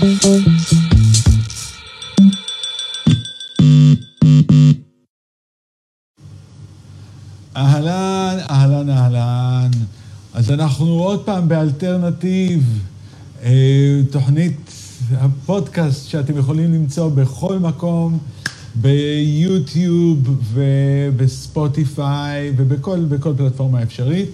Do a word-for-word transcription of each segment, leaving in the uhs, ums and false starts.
אהלן, אהלן, אהלן. אז אנחנו עוד פעם באלטרנטיב, תוכנית הפודקאסט שאתם יכולים למצוא בכל מקום, ביוטיוב ובספוטיפיי ובכל בכל פלטפורמה אפשרית.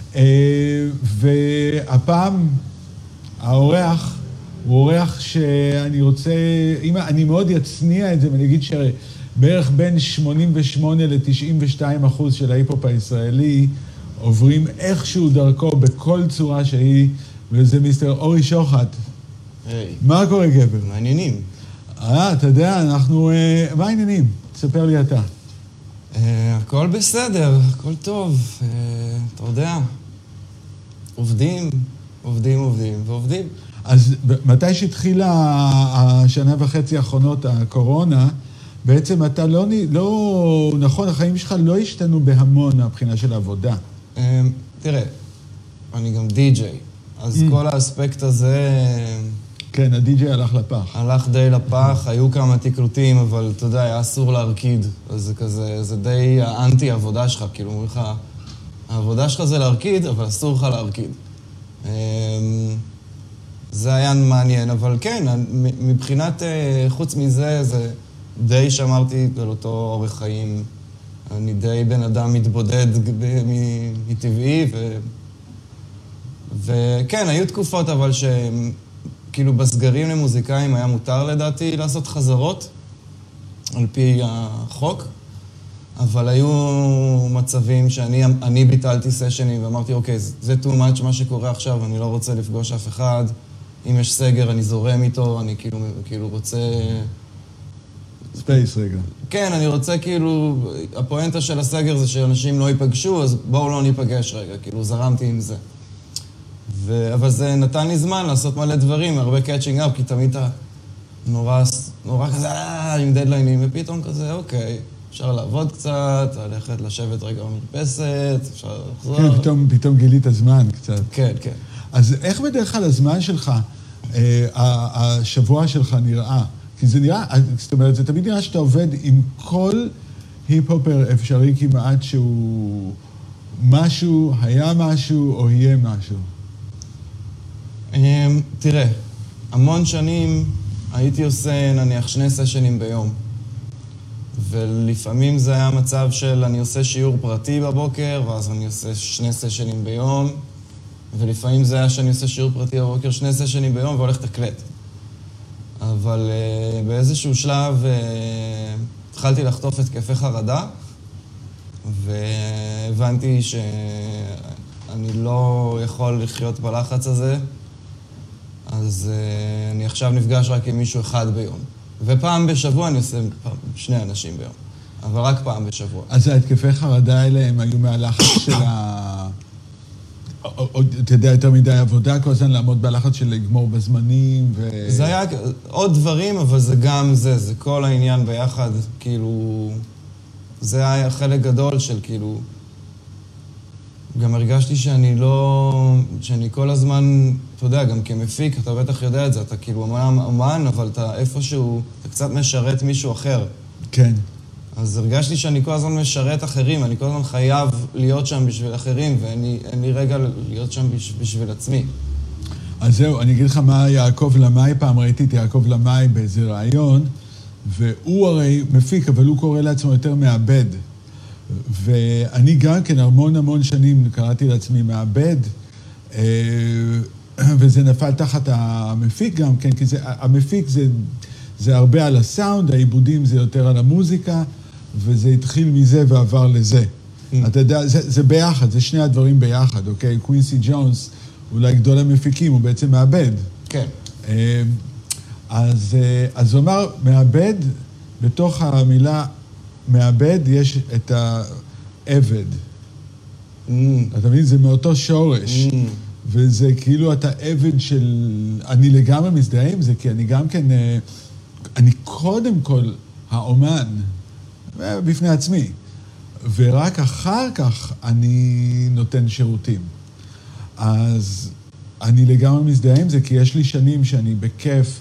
והפעם האורח הוא אורח שאני רוצה, אם אני מאוד יצניע את זה ואני אגיד שבערך בין שמונים ושמונה ל-תשעים ושתיים אחוז של ההיפ-הופ הישראלי עוברים איכשהו דרכו בכל צורה שהיא, וזה מיסטר אורי שוחט. היי. מה קורה, גבר? מה העניינים? אה, אתה יודע, אנחנו... מה העניינים? תספר לי אתה. הכל בסדר, הכל טוב. אתה יודע, עובדים, עובדים, עובדים ועובדים. אז מתי שהתחילה השנה וחצי האחרונות, הקורונה, בעצם אתה לא... לא נכון, החיים שלך לא השתנו בהמון מהבחינה של העבודה. תראה, אני גם די-ג'יי, אז כל האספקט הזה... כן, הדי-ג'יי הלך לפח. הלך די לפח, היו כמה תקלוטים, אבל אתה יודע, היה אסור להרקיד. אז זה כזה, זה די האנטי העבודה שלך, כאילו אומרים לך, העבודה שלך זה להרקיד, אבל אסור לך להרקיד. זה היה מעניין, אבל כן, מבחינת, חוץ מזה, זה די שמרתי על אותו אורח חיים. אני די בן אדם מתבודד מטבעי, ו... וכן, היו תקופות, אבל שכאילו בסגרים למוזיקאים היה מותר לדעתי לעשות חזרות, על פי החוק, אבל היו מצבים שאני אני ביטלתי סשנים ואמרתי, אוקיי, זה too much מה שקורה עכשיו, אני לא רוצה לפגוש אף אחד, אם יש סגר אני זורם איתו, אני כאילו, כאילו רוצה... ספייס רגע. כן, אני רוצה כאילו, הפואנטה של הסגר זה שאנשים לא ייפגשו, אז בואו לא ניפגש רגע, כאילו זרמתי עם זה. ו... אבל זה נתן לי זמן לעשות מלא דברים, הרבה קאצ'ינג אפ, כי תמיד אתה נורא, נורא כזה, אה, עם דדליינים, ופתאום כזה, אוקיי, אפשר לעבוד קצת, ללכת לשבת רגע במרפסת, אפשר לחזור. כן, פתאום, פתאום גילית הזמן קצת. כן, כן. אז איך בדרך כלל הזמן שלך, אה, השבוע שלך נראה? כי זה נראה, זאת אומרת, זה תמיד נראה שאתה עובד עם כל היפ-הופר אפשרי כמעט שהוא משהו, היה משהו או יהיה משהו. תראה, המון שנים הייתי עושה נניח שני סשנים ביום. ולפעמים זה היה מצב של אני עושה שיעור פרטי בבוקר, ואז אני עושה שני סשנים ביום. ולפעמים זה היה שאני עושה שיעור פרטי בבוקר, שני סשנים ביום והולך תקלט. אבל uh, באיזשהו שלב uh, התחלתי לחטוף התקפי חרדה, והבנתי שאני לא יכול לחיות בלחץ הזה, אז uh, אני עכשיו נפגש רק עם מישהו אחד ביום. ופעם בשבוע אני עושה שני אנשים ביום, אבל רק פעם בשבוע. אז ההתקפי חרדה האלה הם היו מהלחץ של ה... או, אתה יודע, יותר מדי עבודה, כל הזמן לעמוד בלחץ של לגמור בזמנים ו... זה היה עוד דברים, אבל זה גם זה, זה כל העניין ביחד, כאילו... זה היה חלק גדול של כאילו... גם הרגשתי שאני לא... שאני כל הזמן, אתה יודע, גם כמפיק, אתה בטח יודע את זה, אתה כאילו אומן, אומן, אבל אתה איפשהו, אתה קצת משרת מישהו אחר. כן. אז הרגשתי שאני כל הזמן משרת אחרים, אני כל הזמן חייב להיות שם בשביל אחרים, ואין לי רגע להיות שם בשביל עצמי. אז זהו, אני אגיד לך מה יעקב למאי, פעם ראיתי את יעקב למאי באיזה רעיון, והוא הרי מפיק, אבל הוא קורא לעצמו יותר מעבד. ואני גם כן המון המון שנים קראתי לעצמי מעבד, וזה נפל תחת המפיק גם כן, כי זה, המפיק זה, זה הרבה על הסאונד, העיבודים זה יותר על המוזיקה, וזה התחיל מזה ועבר לזה. Mm. אתה יודע, זה, זה ביחד, זה שני הדברים ביחד, אוקיי? קווינסי ג'ונס, אולי גדול המפיקים, הוא בעצם מעבד. כן. אז, אז הוא אמר, מעבד, בתוך המילה מעבד יש את העבד. Mm. אתה מבין? זה מאותו שורש. Mm. וזה כאילו אתה עבד של... אני לגמרי מזדהה עם זה, כי אני גם כן... אני קודם כל האומן, בפני עצמי, ורק אחר כך אני נותן שירותים. אז אני לגמרי מזדהה עם זה, כי יש לי שנים שאני בכיף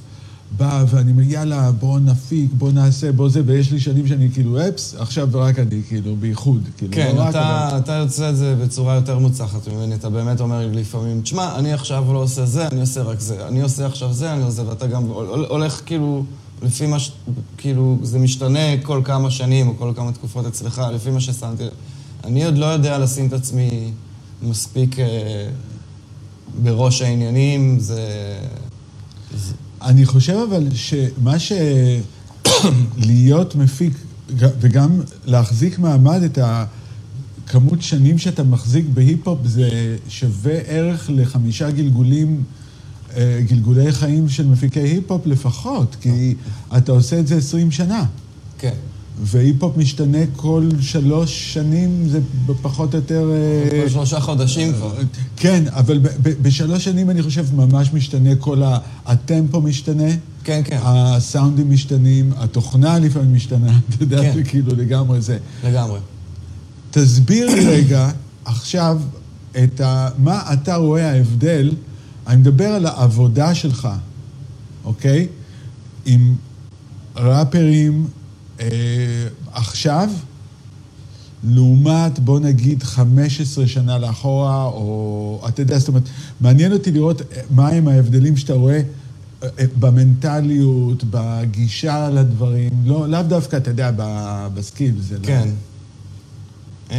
בא ואני אומר, יאללה, בוא נפיק, בוא נעשה, בוא זה, ויש לי שנים שאני כאילו, אפס, עכשיו רק אני, כאילו, בייחוד. כאילו, כן, לא אתה, אבל... אתה יוצא את זה בצורה יותר מוצלחת ממני, אתה באמת אומר לי לפעמים, תשמע, אני עכשיו לא עושה זה, אני עושה רק זה, אני עושה עכשיו זה, אני עושה, ואתה גם הולך כאילו, לפי מה ש... כאילו, זה משתנה כל כמה שנים, או כל כמה תקופות אצלך, לפי מה ששמתי. אני עוד לא יודע לשים את עצמי מספיק אה, בראש העניינים, זה... זה... אני חושב אבל שמה ש... להיות מפיק, וגם להחזיק מעמד את הכמות שנים שאתה מחזיק בהיפ-הופ, זה שווה ערך לחמישה גלגולים, גלגולי חיים של מפיקי היפ-הופ לפחות, כי אתה עושה את זה עשרים שנה. כן. והיפ-הופ משתנה כל שלוש שנים, זה פחות או יותר... כל שלושה חודשים כבר. כן, אבל בשלוש שנים אני חושב ממש משתנה כל ה... הטמפו משתנה. כן, כן. הסאונדים משתנים, התוכנה לפעמים משתנה, אתה יודע, כן. זה כאילו לגמרי זה. לגמרי. תסביר לי רגע, עכשיו, את ה... מה אתה רואה ההבדל, אני מדבר על העבודה שלך, אוקיי? עם ראפרים אה, עכשיו, לעומת, בוא נגיד, חמש עשרה שנה לאחורה, או אתה יודע, זאת אומרת, מעניין אותי לראות מהם ההבדלים שאתה רואה במנטליות, בגישה לדברים, לא, לאו דווקא, אתה יודע, בסקיל, זה כן. לא...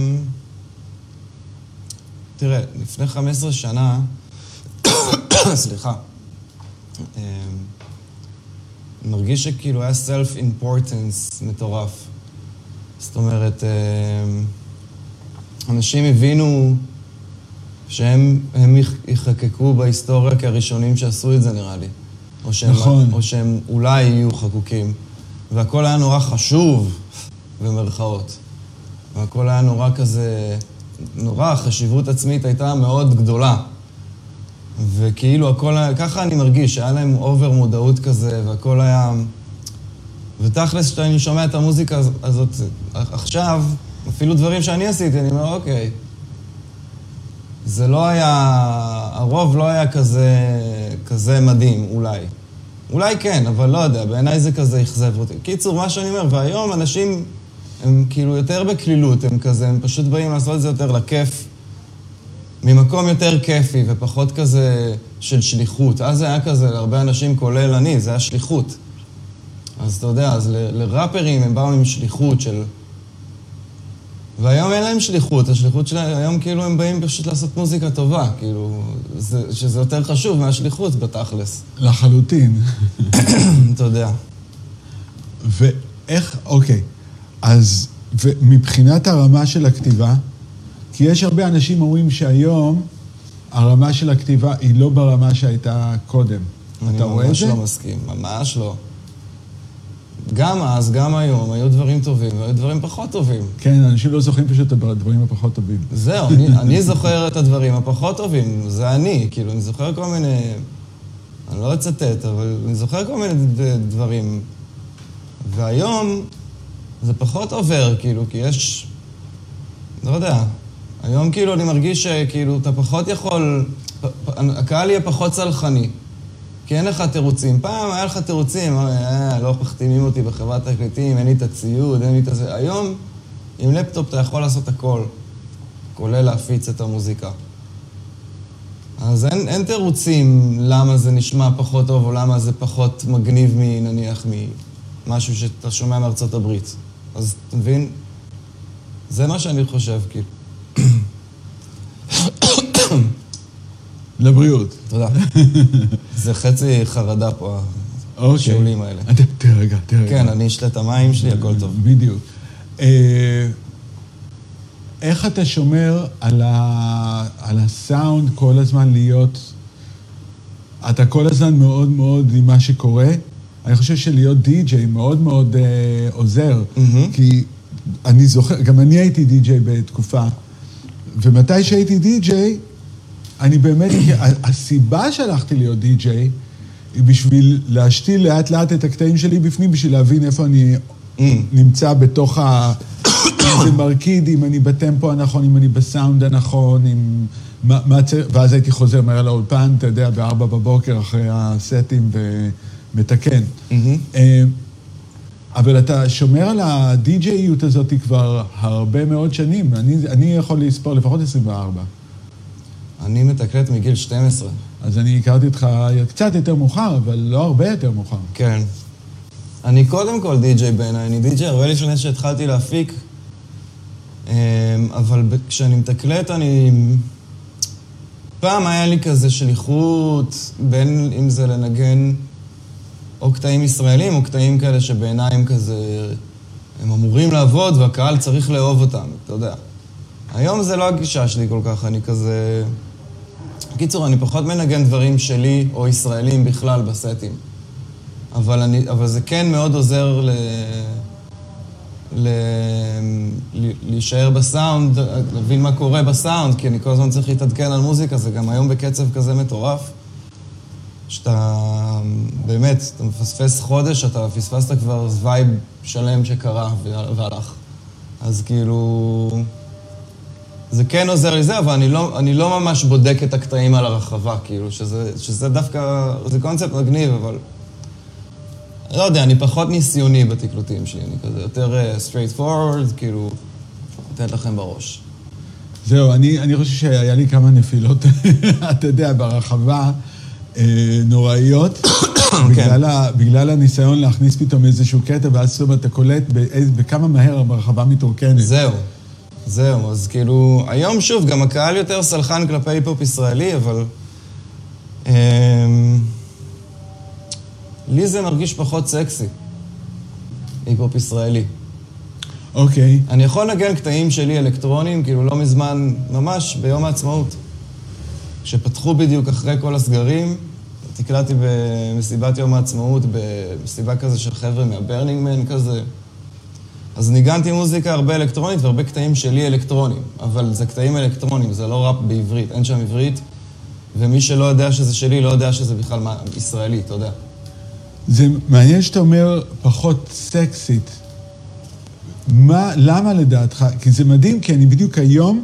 תראה, לפני חמש עשרה שנה, סליחה, אני מרגיש שכאילו היה self-importance מטורף. זאת אומרת, אנשים הבינו שהם הם יחקקו בהיסטוריה כהראשונים שעשו את זה, נראה לי. או שהם, נכון. או שהם אולי יהיו חקוקים. והכל היה נורא חשוב, במרכאות. והכל היה נורא כזה... נורא, החשיבות עצמית הייתה מאוד גדולה. וכאילו הכל... ככה אני מרגיש, שהיה להם אובר מודעות כזה, והכל היה... ותכלס, כשאני שומע את המוזיקה הזאת עכשיו, אפילו דברים שאני עשיתי, אני אומר, אוקיי. זה לא היה... הרוב לא היה כזה, כזה מדהים, אולי. אולי כן, אבל לא יודע, בעיניי זה כזה יחזב אותי. קיצור, מה שאני אומר, והיום אנשים הם כאילו יותר בכלילות, הם כזה, הם פשוט באים לעשות את זה יותר לכיף, ממקום יותר כיפי ופחות כזה של שליחות. אז זה היה כזה, להרבה אנשים כולל אני, זה היה שליחות. אז אתה יודע, אז ל- לראפרים הם באו עם שליחות של... והיום אין להם שליחות, השליחות שלהם, היום כאילו הם באים פשוט לעשות מוזיקה טובה, כאילו, זה, שזה יותר חשוב מהשליחות בתכלס. לחלוטין. אתה יודע. ואיך, אוקיי, אז, ומבחינת הרמה של הכתיבה, כי יש הרבה אנשים אומרים שהיום הרמה של הכתיבה היא לא ברמה שהייתה קודם. אתה רואה את זה? אני ממש לא מסכים, ממש לא. גם אז, גם היום, היו דברים טובים, והיו דברים פחות טובים. כן, אנשים לא זוכרים פשוט את הדברים הפחות טובים. זהו, אני, אני זוכר את הדברים הפחות טובים, זה אני, כאילו, אני זוכר כל מיני... אני לא אצטט, אבל אני זוכר כל מיני דברים. והיום זה פחות עובר, כאילו, כי יש... לא יודע. היום כאילו אני מרגיש שכאילו אתה פחות יכול... הקהל יהיה פחות צלחני. כי אין לך תירוצים. פעם היה לך תירוצים, אה, לא מחתימים אותי בחברת תקליטים, אין לי את הציוד, אין לי את זה. היום, עם לפטופ אתה יכול לעשות הכל, כולל להפיץ את המוזיקה. אז אין, אין תירוצים למה זה נשמע פחות טוב, או למה זה פחות מגניב מנניח ממשהו שאתה שומע מארצות הברית. אז אתה מבין? זה מה שאני חושב, כאילו. לבריאות. תודה. זה חצי חרדה פה, השיעולים האלה. תרגע, תרגע. כן, אני אשתה את המים שלי, הכל טוב. בדיוק. איך אתה שומר על הסאונד כל הזמן להיות... אתה כל הזמן מאוד מאוד עם מה שקורה. אני חושב שלהיות די-ג'יי מאוד מאוד עוזר. כי אני זוכר, גם אני הייתי די-ג'יי בתקופה, ומתי שהייתי די-ג'יי, אני באמת, הסיבה שהלכתי להיות די-ג'יי, היא בשביל להשתיל לאט לאט את הקטעים שלי בפנים, בשביל להבין איפה אני נמצא בתוך ה... אם זה מרקיד, אם אני בטמפו הנכון, אם אני בסאונד הנכון, אם... ואז הייתי חוזר מהר לאולפן, אתה יודע, בארבע בבוקר אחרי הסטים, מתקן. אבל אתה שומר על הדי-ג'ייות הזאת כבר הרבה מאוד שנים. אני, אני יכול לספור לפחות עשרים וארבע. אני מתקלט מגיל שתים עשרה. אז אני הכרתי אותך קצת יותר מאוחר, אבל לא הרבה יותר מאוחר. כן. אני קודם כל די-ג'יי בעיניי. אני די-ג'יי הרבה לפני שהתחלתי להפיק. אבל כשאני מתקלט, אני... פעם היה לי כזה שליחות, בין אם זה לנגן או קטעים ישראלים, או קטעים כאלה שבעיניי הם כזה... הם אמורים לעבוד, והקהל צריך לאהוב אותם, אתה יודע. היום זה לא הגישה שלי כל כך, אני כזה... בקיצור, אני פחות מנגן דברים שלי או ישראלים בכלל בסטים. אבל, אני, אבל זה כן מאוד עוזר ל... ל... להישאר בסאונד, להבין מה קורה בסאונד, כי אני כל הזמן צריך להתעדכן על מוזיקה, זה גם היום בקצב כזה מטורף, שאתה באמת, אתה מפספס חודש, אתה פספסת כבר וייב שלם שקרה והלך. אז כאילו... זה כן עוזר לי זה, אבל אני לא, אני לא ממש בודק את הקטעים על הרחבה, כאילו, שזה, שזה דווקא, זה קונספט מגניב, אבל... לא יודע, אני פחות ניסיוני בתקלוטים שלי, אני כזה יותר uh, straight forward, כאילו, נותנת לכם בראש. זהו, אני, אני חושב שהיה לי כמה נפילות, אתה יודע, ברחבה אה, נוראיות, בגלל, ה, בגלל הניסיון להכניס פתאום איזשהו קטע, ואז סוף אתה קולט בכמה מהר ברחבה מתרוקנת. זהו. זהו, אז כאילו, היום שוב, גם הקהל יותר סלחן כלפי היפ-הופ ישראלי, אבל... אה, לי זה מרגיש פחות סקסי, היפ-הופ ישראלי. אוקיי. אני יכול לנגן קטעים שלי אלקטרונים, כאילו לא מזמן, ממש ביום העצמאות. כשפתחו בדיוק אחרי כל הסגרים, תקלטתי במסיבת יום העצמאות, במסיבה כזה של חבר'ה מהברנינג מן כזה. אז ניגנתי מוזיקה הרבה אלקטרונית והרבה קטעים שלי אלקטרונים, אבל זה קטעים אלקטרונים, זה לא ראפ בעברית, אין שם עברית, ומי שלא יודע שזה שלי לא יודע שזה בכלל ישראלי, אתה יודע. זה מעניין שאתה אומר פחות סקסית. מה, למה לדעתך? כי זה מדהים, כי אני בדיוק היום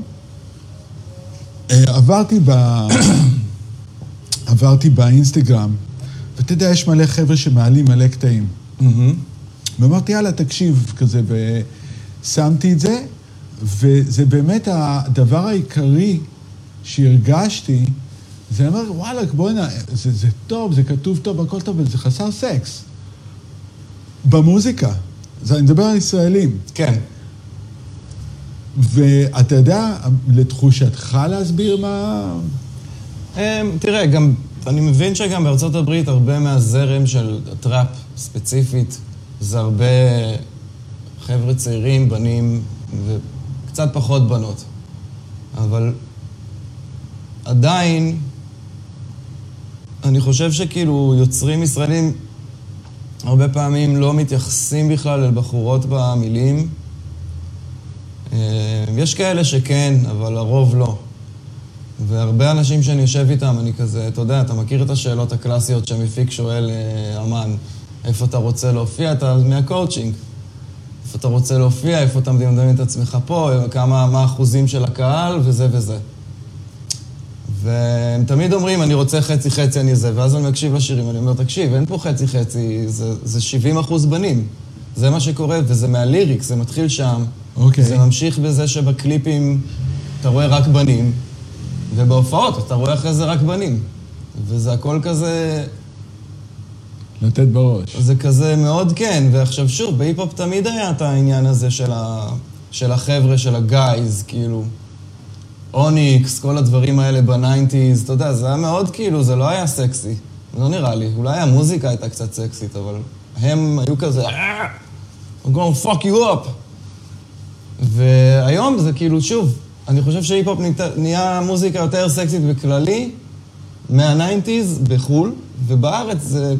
עברתי ב... עברתי באינסטגרם, ואתה יודע, יש מלא חבר'ה שמעלים מלא קטעים. ואמרתי, יאללה, תקשיב, כזה, ושמתי את זה, וזה באמת הדבר העיקרי שהרגשתי, זה אומר, וואלה, בוא הנה, זה, זה טוב, זה כתוב טוב, הכל טוב, אבל זה חסר סקס. במוזיקה. זה, אני מדבר על ישראלים. כן. ואתה יודע, לתחושתך להסביר מה... תראה, גם, אני מבין שגם בארצות הברית הרבה מהזרם של טראפ ספציפית, זה הרבה חבר'ה צעירים, בנים, וקצת פחות בנות. אבל עדיין, אני חושב שכאילו יוצרים ישראלים הרבה פעמים לא מתייחסים בכלל אל בחורות במילים. יש כאלה שכן, אבל הרוב לא. והרבה אנשים שאני יושב איתם, אני כזה, אתה יודע, אתה מכיר את השאלות הקלאסיות שמפיק שואל אמן, איפה אתה רוצה להופיע? אתה מהקואוצ'ינג. איפה אתה רוצה להופיע? איפה אתה מדמיין את עצמך פה? כמה, מה האחוזים של הקהל? וזה וזה. והם תמיד אומרים, אני רוצה חצי חצי, אני זה, ואז אני מקשיב לשירים, אני אומר, תקשיב, אין פה חצי חצי, זה, זה שבעים אחוז בנים. זה מה שקורה, וזה מהליריקס, זה מתחיל שם. אוקיי. זה ממשיך בזה שבקליפים אתה רואה רק בנים, ובהופעות אתה רואה אחרי זה רק בנים. וזה הכל כזה... לתת בראש. זה כזה מאוד כן, ועכשיו שוב, בהיפ-הופ תמיד היה את העניין הזה של, ה... של החבר'ה, של הגייז, כאילו... אוניקס, כל הדברים האלה בניינטיז, אתה יודע, זה היה מאוד כאילו, זה לא היה סקסי. לא נראה לי. אולי המוזיקה הייתה קצת סקסית, אבל הם היו כזה, I'm gonna fuck you up. והיום זה כאילו, שוב, אני חושב שהיפ-הופ נהיה מוזיקה יותר סקסית בכללי, מהניינטיז בחול, ובארץ זה...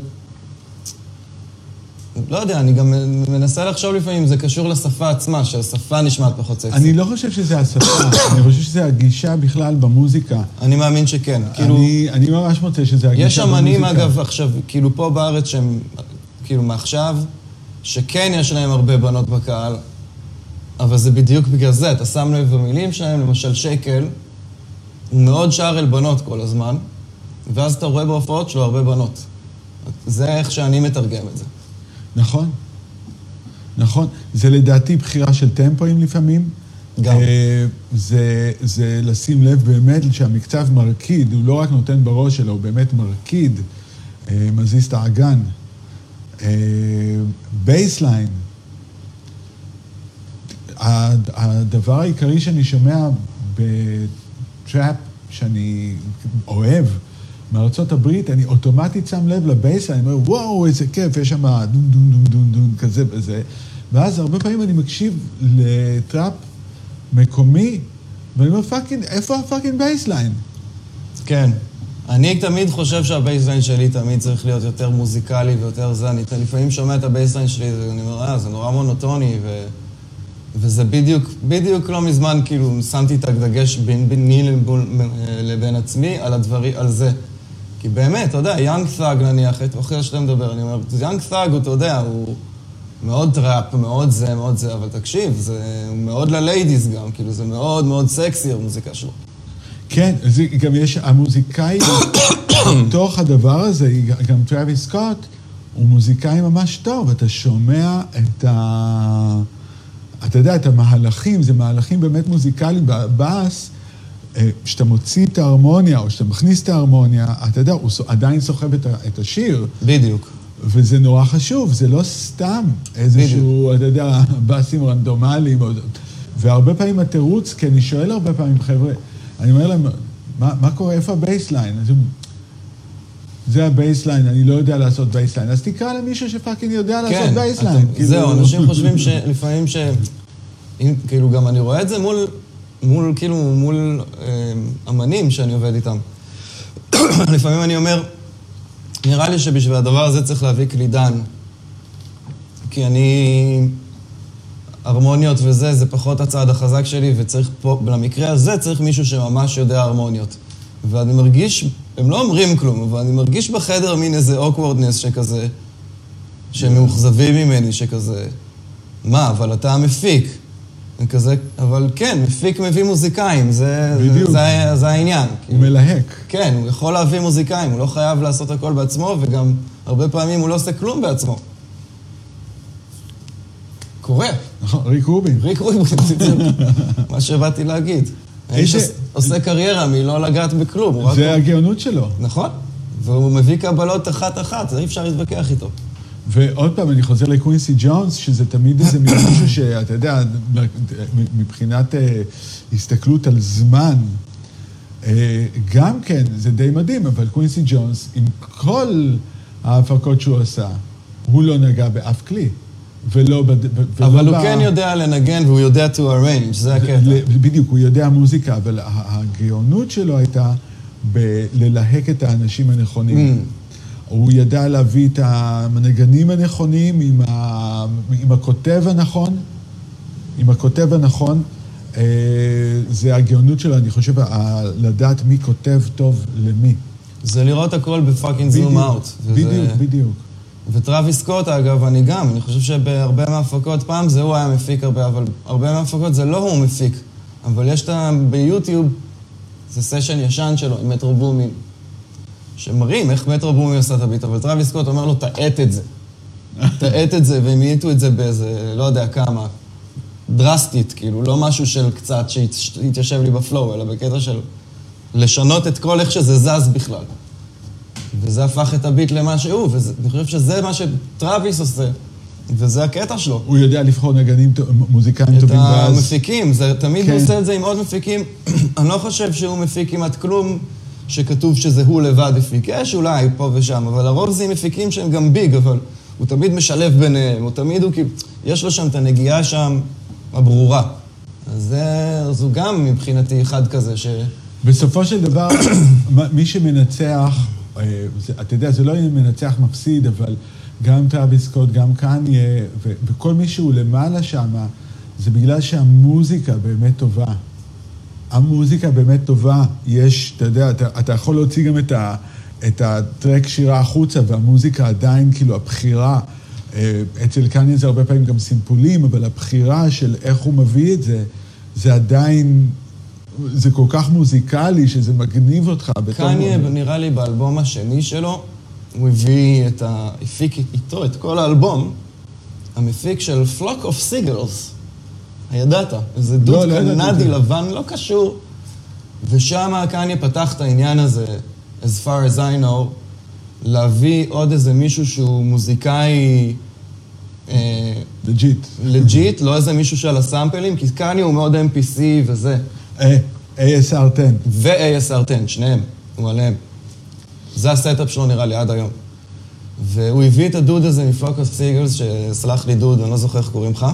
לא יודע, אני גם מנסה לחשוב לפעמים, זה קשור לשפה עצמה, שהשפה נשמעת פחות סקסית. אני לא חושב שזה השפה, אני חושב שזה הגישה בכלל במוזיקה. אני מאמין שכן. אני, אני ממש מוצא שזה הגישה יש במוזיקה. אמנים, אגב, עכשיו, כאילו פה בארץ שהם, כאילו מעכשיו, שכן יש להם הרבה בנות בקהל, אבל זה בדיוק בגלל זה, אתה שם לב במילים שלהם, למשל שקל, הוא מאוד שר אל בנות כל הזמן, ואז אתה רואה בהופעות שלו הרבה בנות. זה איך שאני מתרגם את זה. נכון. נכון. זה לדעתי בחירה של טמפואים לפעמים. גם. זה, זה לשים לב באמת שהמקצב מרקיד, הוא לא רק נותן בראש שלו, הוא באמת מרקיד, מזיז את האגן. בייסליין. הדבר העיקרי שאני שומע בטראפ, שאני אוהב, מארצות הברית, אני אוטומטית שם לב לבייסליין, אני אומר, וואו, איזה כיף, יש שם דון דון דון דון דון כזה וזה. ואז הרבה פעמים אני מקשיב לטראפ מקומי, ואני אומר, פאקינג, איפה הפאקינג בייסליין? כן. אני תמיד חושב שהבייסליין שלי תמיד צריך להיות יותר מוזיקלי ויותר זה. אני לפעמים שומע את הבייסליין שלי, ואני אומר, אה, זה נורא מונוטוני, ו... וזה בדיוק, בדיוק לא מזמן, כאילו, שמתי את הדגש ביני לבין עצמי על הדברים, על זה. כי באמת, אתה יודע, יאנג ת'אג נניח, אחרי שאתה מדבר, אני אומר, יאנג ת'אג, אתה יודע, הוא מאוד טראפ, מאוד זה, מאוד זה, אבל תקשיב, זה מאוד לליידיז גם, כאילו, זה מאוד מאוד סקסי, המוזיקה שלו. כן, זה גם יש, המוזיקאי, בתוך הדבר הזה, גם טראביס סקוט, הוא מוזיקאי ממש טוב, אתה שומע את ה... אתה יודע, את המהלכים, זה מהלכים באמת מוזיקליים, בבאס, שאתה מוציא את ההרמוניה, או שאתה מכניס את ההרמוניה, אתה יודע, הוא עדיין סוחב את השיר. בדיוק. וזה נורא חשוב, זה לא סתם איזשהו, אתה יודע, באסים רנדומליים, והרבה פעמים התירוץ, כי אני שואל הרבה פעמים, חבר'ה, אני אומר להם, מה, מה קורה, איפה הבייסליין? זה הבייסליין, אני לא יודע לעשות בייסליין. אז תקרא למישהו שפאקינג יודע לעשות כן, בייסליין. אתה, זהו, אנשים חושבים שלפעמים ש... כאילו, גם אני רואה את זה מול, מול, כאילו, מול אה, אמנים שאני עובד איתם. לפעמים אני אומר, נראה לי שבשביל הדבר הזה צריך להביא קלידן. כי אני... הרמוניות וזה, זה פחות הצעד החזק שלי, וצריך פה, למקרה הזה צריך מישהו שממש יודע הרמוניות. ואני מרגיש, הם לא אומרים כלום, אבל אני מרגיש בחדר מין איזה אוקוורדנס שכזה, שהם מאוכזבים ממני, שכזה, מה, אבל אתה המפיק. כזה, אבל כן, מפיק מביא מוזיקאים, זה, זה, זה, זה העניין. הוא כאילו. מלהק. כן, הוא יכול להביא מוזיקאים, הוא לא חייב לעשות הכל בעצמו, וגם הרבה פעמים הוא לא עושה כלום בעצמו. קורה. נכון, ריק רובין. ריק רובין, מה שבאתי להגיד. האיש עושה קריירה מלא לגעת בכלום. זה הגאונות שלו. נכון. והוא מביא קבלות אחת-אחת, זה אי אפשר להתווכח איתו. ועוד פעם, אני חוזר לקווינסי ג'ונס, שזה תמיד איזה מישהו שאתה יודע, מבחינת הסתכלות על זמן, גם כן, זה די מדהים, אבל קווינסי ג'ונס, עם כל ההפקות שהוא עשה, הוא לא נגע באף כלי. ולא... אבל הוא כן יודע לנגן והוא יודע to arrange, זה הקטע. בדיוק, הוא יודע מוזיקה, אבל הגאונות שלו הייתה בללהק את האנשים הנכונים. הוא ידע להביא את המנגנים הנכונים עם הכותב הנכון, עם הכותב הנכון. זה הגאונות שלו, אני חושב, לדעת מי כותב טוב למי. זה לראות הכל בפאקינג זום אאוט. בדיוק, בדיוק. וטראביס סקוט, אגב, אני גם, אני חושב שבהרבה מהפקות, פעם זה הוא היה מפיק הרבה, אבל הרבה מהפקות זה לא הוא מפיק. אבל יש את ה... ביוטיוב, זה סשן ישן שלו עם מטרו בומין, שמראים איך מטרו בומין עושה את הביט, אבל טראביס סקוט אומר לו, תעט את זה. תעט את זה, והם יעטו את זה באיזה, לא יודע כמה, דרסטית, כאילו, לא משהו של קצת שהתיישב לי בפלואו, אלא בקטע של לשנות את כל איך שזה זז בכלל. וזה הפך את הביט למה שהוא, ואני חושב שזה מה שטראביס עושה, וזה הקטע שלו. הוא יודע לבחור נגנים, מוזיקאים טובים ואז... את המפיקים, זה, תמיד הוא עושה את זה עם עוד מפיקים. אני לא חושב שהוא מפיק כמעט כלום שכתוב שזה הוא לבד מפיק. יש אולי פה ושם, אבל הרוב זה מפיקים שהם גם ביג, אבל הוא תמיד משלב ביניהם, הוא תמיד הוא כאילו... יש לו שם את הנגיעה שם הברורה. אז, זה, אז הוא גם מבחינתי אחד כזה ש... בסופו של דבר, מי שמנצח... אתה יודע, זה לא מנצח מפסיד, אבל גם טראביס סקוט, גם קניה, וכל מי שהוא למעלה שם, זה בגלל שהמוזיקה באמת טובה. המוזיקה באמת טובה. יש, אתה יודע, אתה, אתה יכול להוציא גם את, ה, את הטרק שירה החוצה, והמוזיקה עדיין, כאילו, הבחירה, אצל קניה זה הרבה פעמים גם סימפולים, אבל הבחירה של איך הוא מביא את זה, זה עדיין... זה כל כך מוזיקלי שזה מגניב אותך. קניה, נראה לי באלבום השני שלו, הוא הביא את ה... הפיק איתו את כל האלבום, המפיק של Flock of Seagulls. הידעת? איזה דוד לא, קנדי לא לבן, לא קשור. ושם קניה פתח את העניין הזה, as far as I know, להביא עוד איזה מישהו שהוא מוזיקאי... לג'יט. לג'יט, לא איזה מישהו של הסאמפלים, כי קניה הוא מאוד אם פי סי וזה. איי אס אר עשר. ו-איי אס אר עשר, שניהם, הוא עליהם. זה הסטאפ שלו נראה לי עד היום. והוא הביא את הדוד הזה מפלוק אוף סיגלס, שסלח לי דוד, אני לא זוכר איך קוראים לך.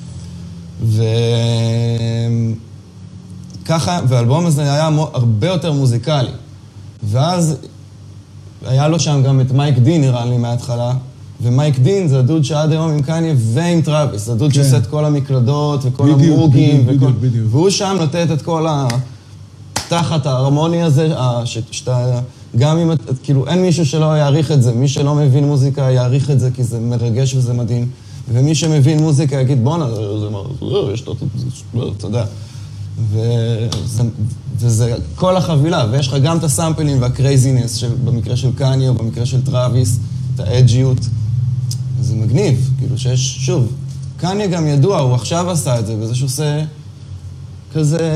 וככה, והאלבום הזה היה הרבה יותר מוזיקלי. ואז היה לו שם גם את מייק דין, נראה לי, מההתחלה. ומייק דין זה הדוד שעד היום עם קניה ועם טראביס. זה הדוד שעושה את כל המקלדות וכל המוגים. והוא שם נותן את כל ה... תחת ההרמוני הזה, שאתה... גם אם, כאילו, אין מישהו שלא יעריך את זה. מי שלא מבין מוזיקה יעריך את זה, כי זה מרגש וזה מדהים. ומי שמבין מוזיקה יגיד, בוא'נה, זה מה, יש את זה, אתה יודע. וזה כל החבילה, ויש לך גם את הסאמפלים והקרייזינס, במקרה של קניה או במקרה של טראביס, את האג'יות. זה מגניב, כאילו שיש, שוב, קניה גם ידוע, הוא עכשיו עשה את זה, וזה שעושה כזה...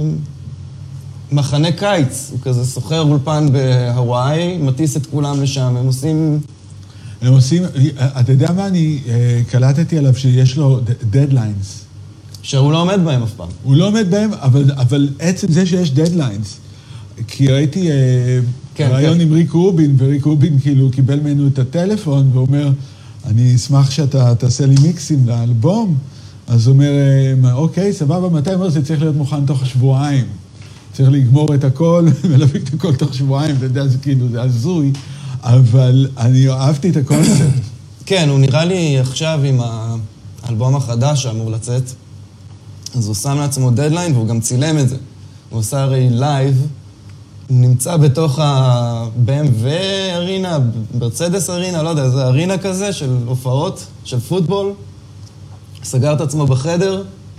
מחנה קיץ, הוא כזה סוחר אולפן בהוואי, מטיס את כולם לשם, הם עושים... הם עושים, אתה יודע מה אני קלטתי עליו שיש לו דדליינס. שהוא לא עומד בהם אף פעם. הוא לא עומד בהם, אבל, אבל עצם זה שיש דדליינס. כי ראיתי כן, רעיון כן. עם ריק רובין, וריק רובין כאילו קיבל ממנו את הטלפון, ואומר, אני אשמח שאתה תעשה לי מיקסים לאלבום. אז הוא אומר, אוקיי, סבבה, מתי? הוא אומר, זה צריך להיות מוכן תוך שבועיים. צריך לגמור את הכל, ולהפיק את הכל תוך שבועיים, אתה יודע, זה כאילו, זה הזוי, אבל אני אהבתי את הקונספט. כן, הוא נראה לי עכשיו עם האלבום החדש שאמור לצאת, אז הוא שם לעצמו דדליין, והוא גם צילם את זה. הוא עושה הרי לייב, הוא נמצא בתוך ה-בי אם דאבליו ארינה, מרצדס ארינה, לא יודע, זה ארינה כזה של הופעות, של פוטבול, סגר את עצמו בחדר,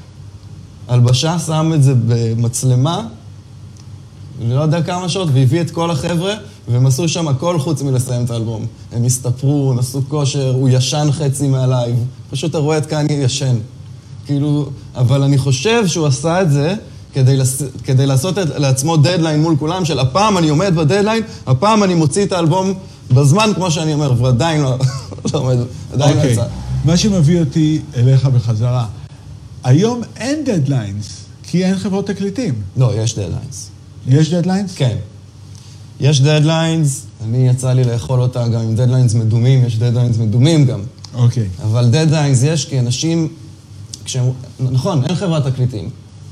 הלבשה, שם את זה במצלמה, אני לא יודע כמה שעות, והביא את כל החבר'ה, והם עשו שם הכל חוץ מלסיים את האלבום. הם הסתפרו, נסו כושר, הוא ישן חצי מהלייב. פשוט אתה רואה את קניה ישן. כאילו, אבל אני חושב שהוא עשה את זה כדי, לס... כדי לעשות את... לעצמו דדליין מול כולם, של הפעם אני עומד בדדליין, הפעם אני מוציא את האלבום בזמן, כמו שאני אומר, ועדיין לא, לא עומד, עדיין okay. לא יצא. מה שמביא אותי אליך בחזרה, היום אין דדליינס, כי אין חברות תקליטים. לא, יש דדליינס. יש דדליינס? כן. יש דדליינס, אני יצא לי לאכול אותה גם עם דדליינס מדומים, יש דדליינס מדומים גם. אוקיי. אבל דדליינס יש כי אנשים, כשהם, נכון, אין חברת תקליטים.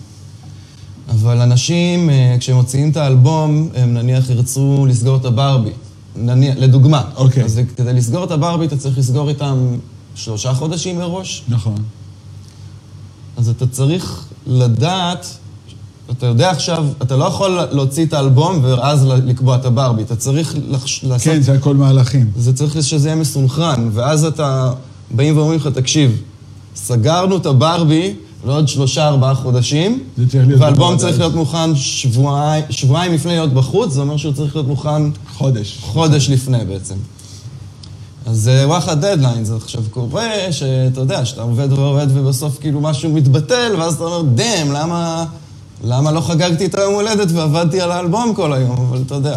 אבל אנשים, כשהם מוציאים את האלבום, הם נניח ירצו לסגור את הברבי. נניח, לדוגמה. אוקיי. אז כדי לסגור את הברבי, אתה צריך לסגור איתם שלושה חודשים מראש. נכון. אז אתה צריך לדעת, אתה יודע עכשיו, אתה לא יכול להוציא את האלבום ואז לקבוע את הברבי. אתה צריך לעשות... כן, זה הכל מהלכים. זה צריך שזה יהיה מסונכרן, ואז אתה באים ואומרים לך, תקשיב, סגרנו את הברבי לעוד שלושה, ארבעה חודשים, והאלבום צריך להיות מוכן שבועיים, שבועיים לפני להיות בחוץ, זה אומר שהוא צריך להיות מוכן... חודש. חודש לפני בעצם. אז זה וואחד דדליין, זה עכשיו קורה שאתה יודע, שאתה עובד ועובד ובסוף כאילו משהו מתבטל, ואז אתה אומר, דם, למה, למה לא חגגתי את היום הולדת ועבדתי על האלבום כל היום, אבל אתה יודע.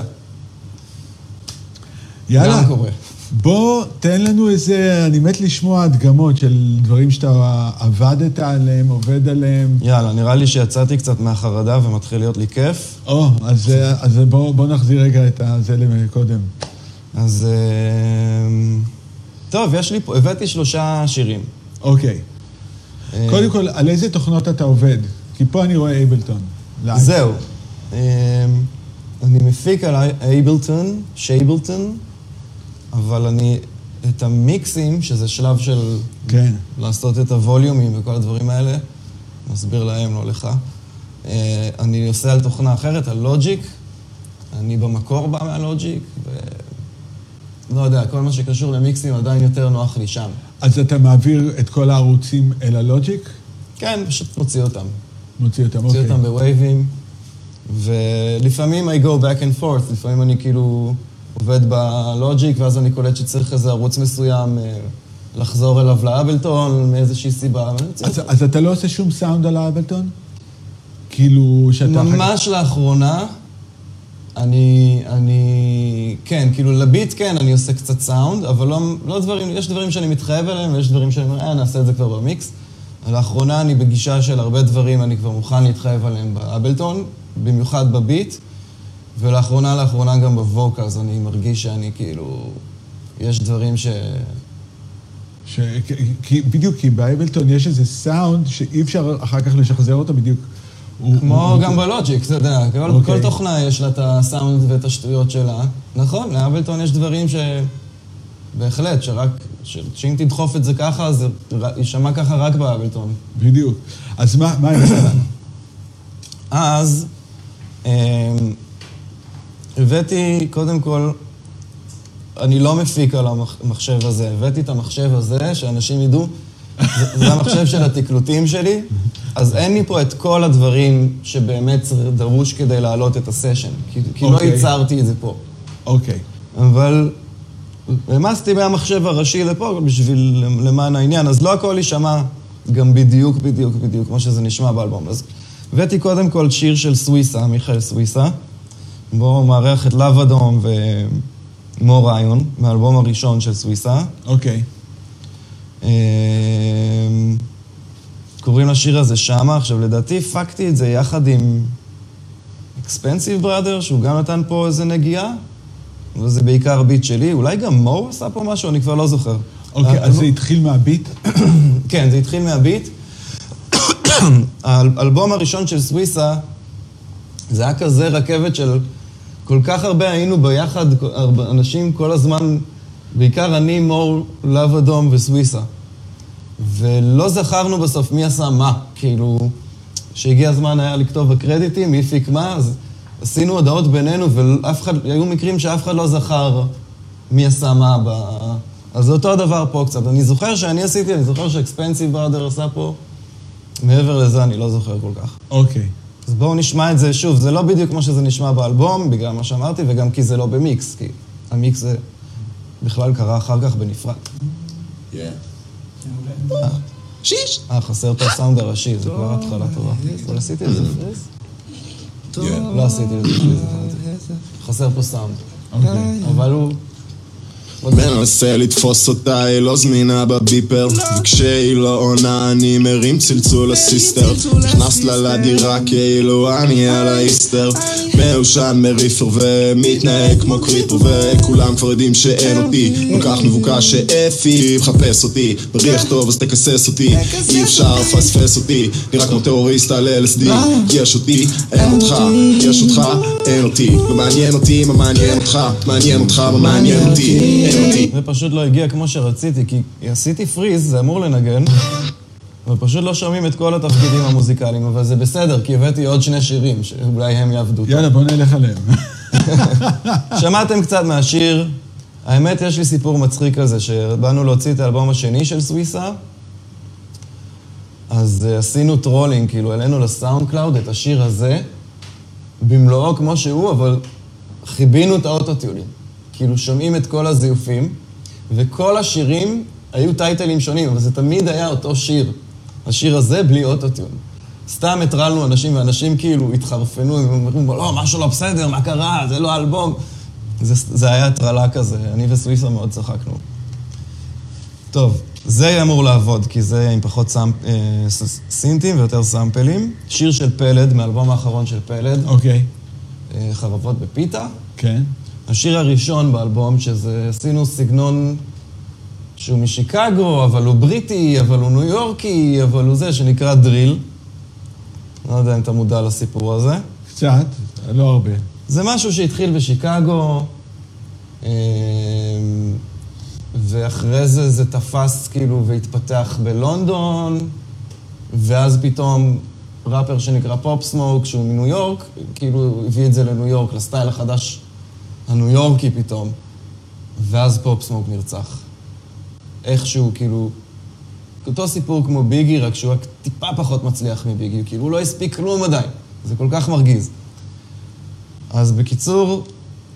יאללה, בוא תן לנו איזה, אני מת לשמוע הדגמות של דברים שאתה עבדת עליהם, עובד עליהם. יאללה, נראה לי שיצאתי קצת מהחרדה ומתחיל להיות לי כיף. או, אז, אז בוא, בוא נחזיר רגע את זה קודם. אז... טוב, יש לי פה, הבאתי שלושה שירים. אוקיי. קודם כל, על איזה תוכנות אתה עובד? כי פה אני רואה אייבלטון. זהו. אני מפיק על אייבלטון, שייבלטון, אבל אני, את המיקסים, שזה שלב של... כן. לעשות את הווליומים וכל הדברים האלה, נסביר להם, לא לך. אני עושה על תוכנה אחרת, על לוג'יק. אני במקור בא מהלוג'יק, ו... לא יודע, כל מה שקשור למיקסים עדיין יותר נוח לי שם. אז אתה מעביר את כל הערוצים אל הלוג'יק? כן, פשוט מוציא אותם. מוציא אותם, מוציא אוקיי. אותם בווייבים, ולפעמים I go back and forth, לפעמים אני כאילו עובד בלוג'יק, ואז אני קולט שצריך איזה ערוץ מסוים לחזור אליו לאבלטון מאיזושהי סיבה. אז, אז אתה לא עושה שום סאונד על האבלטון? כאילו שאתה... ממש לאחרונה, אני, אני, כן, כאילו לביט כן, אני עושה קצת סאונד, אבל לא, לא דברים, יש דברים שאני מתחייב עליהם, ויש דברים שאני אומר, אה, נעשה את זה כבר במיקס. לאחרונה אני בגישה של הרבה דברים, אני כבר מוכן להתחייב עליהם באבלטון, במיוחד בביט, ולאחרונה, לאחרונה גם בווקלס, אני מרגיש שאני כאילו, יש דברים ש... ש... כי, בדיוק, כי באבלטון יש איזה סאונד שאי אפשר אחר כך לשחזר אותו בדיוק. כמו הוא, גם הוא... בלוג'יק, אתה יודע, כל, okay. כל תוכנה יש לה את הסאונד ואת השטויות שלה. נכון, לאבלטון יש דברים שבהחלט, שרק, ש... שאם תדחוף את זה ככה, זה יישמע ככה רק באבלטון. בדיוק. אז מה, מה יש לנו? אז, הבאתי, קודם כל, אני לא מפיק על המחשב הזה, הבאתי את המחשב הזה, שאנשים ידעו, זה, זה המחשב של התקלוטים שלי, אז אין לי פה את כל הדברים שבאמת דרוש כדי להעלות את הסשן, כי, כי okay. לא ייצרתי את זה פה. אוקיי. Okay. אבל המסתי מהמחשב הראשי לפה בשביל למען העניין, אז לא הכל יישמע גם בדיוק, בדיוק, בדיוק, כמו שזה נשמע באלבום. אז הבאתי קודם כל שיר של סוויסה, מיכאל סוויסה, בו מארח את לב אדום ומור ריון, מהאלבום הראשון של סוויסה. אוקיי. Okay. קוראים לשיר הזה שמה. עכשיו, לדעתי, הפקתי את זה יחד עם Expensive Brother, שהוא גם נתן פה איזה נגיעה, וזה בעיקר ביט שלי. אולי גם מו עשה פה משהו, אני כבר לא זוכר. אוקיי, אז זה התחיל מהביט? כן, זה התחיל מהביט. האלבום הראשון של סוויסה, זה היה כזה רכבת של כל כך הרבה היינו ביחד, אנשים כל הזמן, בעיקר אני, מור, לב אדום וסוויסה. ולא זכרנו בסוף מי עשה מה, כאילו, שהגיע הזמן היה לכתוב בקרדיטים, מי הפיק מה, אז עשינו הודעות בינינו, ואף אחד, היו מקרים שאף אחד לא זכר מי עשה מה ב... אז זה אותו הדבר פה קצת. אני זוכר שאני עשיתי, אני זוכר שאקספנסיב ברדר עשה פה, מעבר לזה אני לא זוכר כל כך. אוקיי. אז בואו נשמע את זה שוב, זה לא בדיוק כמו שזה נשמע באלבום, בגלל מה שאמרתי, וגם כי זה לא במיקס, כי המיקס זה בכלל קרה אחר כך בנפרד. כן. שיש! אה, חסר פה הסאונד הראשי, זה כבר התחלה טובה. אבל עשיתי את זה לפריז? לא עשיתי את זה לפריז, חסר פה סאונד. אבל הוא... מנסה לתפוס אותה, היא לא זמינה בביפר, וכשהיא לא עונה אני מרים צלצול לסיסטר, נכנס לה לדירה כאילו אני על האיסטר, מאושן מריפר ומתנהג כמו קריפר, וכולם כבר יודעים שאין אותי, כל כך מבוקש שאפי מחפש אותי, בריח טוב אז תכסס אותי, אי אפשר לפספס אותי, נראה כמו טרוריסט על אל אס די, יש אותי, אין אותך, יש אותך, אין אותי, ומעניין אותי מה מעניין אותך, מעניין אותך מה מעניין אותי. זה פשוט לא הגיע כמו שרציתי, כי עשיתי פריז, זה אמור לנגן, ופשוט לא שומעים את כל התפקידים המוזיקליים, אבל זה בסדר, כי הבאתי עוד שני שירים, שאולי הם יעבדו. יאללה, בוא נלך עליהם. שמעתם קצת מהשיר, האמת יש לי סיפור מצחיק כזה, שבאנו להוציא את האלבום השני של סוויסה, אז עשינו טרולינג, כאילו העלינו לסאונד קלאוד את השיר הזה, במלואו כמו שהוא, אבל חיבינו את האוטוטיולים. כאילו שומעים את כל הזיופים, וכל השירים היו טייטלים שונים, אבל זה תמיד היה אותו שיר. השיר הזה בלי אוטוטיון. סתם הטרלנו אנשים, ואנשים כאילו התחרפנו, הם אומרים, לא, משהו לא בסדר, מה קרה? זה לא אלבום. זה, זה היה הטרלה כזה, אני וסוויסה מאוד צחקנו. טוב, זה אמור לעבוד, כי זה עם פחות סאמפ, אה, סינטים ויותר סאמפלים. שיר של פלד, מאלבום האחרון של פלד. אוקיי. אה, חרבות בפיתה. כן. השיר הראשון באלבום, שזה עשינו סגנון שהוא משיקגו, אבל הוא בריטי, אבל הוא ניו יורקי, אבל הוא זה שנקרא דריל. לא יודע אם אתה מודע לסיפור הזה. קצת, לא הרבה. זה משהו שהתחיל בשיקגו, ואחרי זה זה תפס כאילו והתפתח בלונדון, ואז פתאום ראפר שנקרא פופ סמוק, שהוא מניו יורק, כאילו הביא את זה לניו יורק, לסטייל החדש הניו יורקי פתאום, ואז פופ סמוק נרצח. איכשהו, כאילו, אותו סיפור כמו ביגי, רק שהוא טיפה פחות מצליח מביגי, כאילו הוא לא הספיק כלום עדיין, זה כל כך מרגיז. אז בקיצור,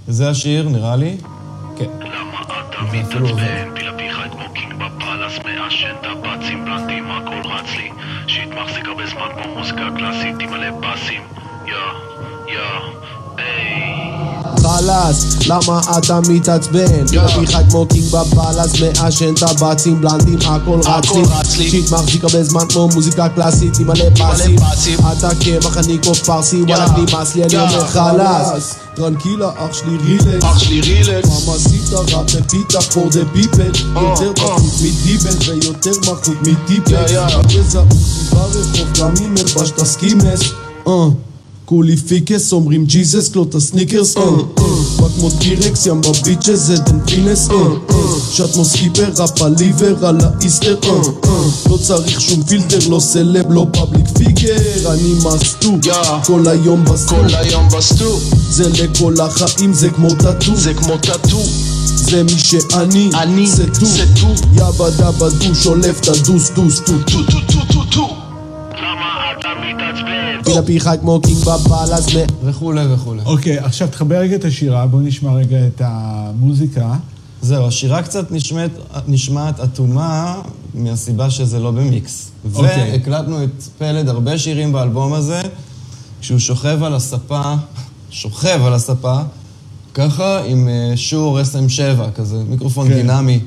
וזה השיר, נראה לי. כן. למה אתה מתעצבן? פילפי חי כמו קינג בפלס, מעשן טבצים, בלנדים, הכל רץ לי. שיט מחזיק הרבה זמן כמו מוזיקה קלאסית, עם מלא בסים. יא, יא, איי. חלס, למה אתה מתעצבן? פילפי חי כמו קינג בפלס, מעשן טבצים, בלנדים, הכל רץ לי. שיט מחזיק הרבה זמן כמו מוזיקה קלאסית, עם מלא בסים. אתה קמח, אני קוף פרסי, וואלה נמאס לי, אני אומר חלס. טרנקילה, אח שלי רילקס, אח שלי רילקס, ממסיטה ראפ ופיתה פור דה פיפל, יותר מחוק מדיבל ויותר מחוק מטיפל, הגזע הוא ברחוב גם אם מלבש תסכימס, כולי פיקס אומרים ג'יזס קלוט הסניקרס, כמו טירקס ים בביצ'ס זה דנפינס, שאת מוסקיפר ראפ הליבר על האיסטר, לא צריך שום פילטר, לא סלב, לא פאבליק פיגר, אני מסטו, כל היום בסטו, כל היום בסטו, זה לכל החיים, זה כמו טאטו, זה כמו טאטו, זה מי שאני, אני, זה טו, זה טו, יבא דבא דו, שולף את הדוס דוס טו טו טו טו טו טו. למה אתה מתעצבן? פילפי חי כמו קינג בפלס וכולי וכולי. אוקיי, עכשיו תחבר רגע את השירה, בואו נשמע רגע את המוזיקה. זהו, השירה קצת נשמעת, נשמעת אטומה מהסיבה שזה לא במיקס. אוקיי. והקלטנו את פלד הרבה שירים באלבום הזה, כשהוא שוכב על הספה, שוכב על הספה, ככה עם שור אס אם שבע, כזה מיקרופון כן. דינמי.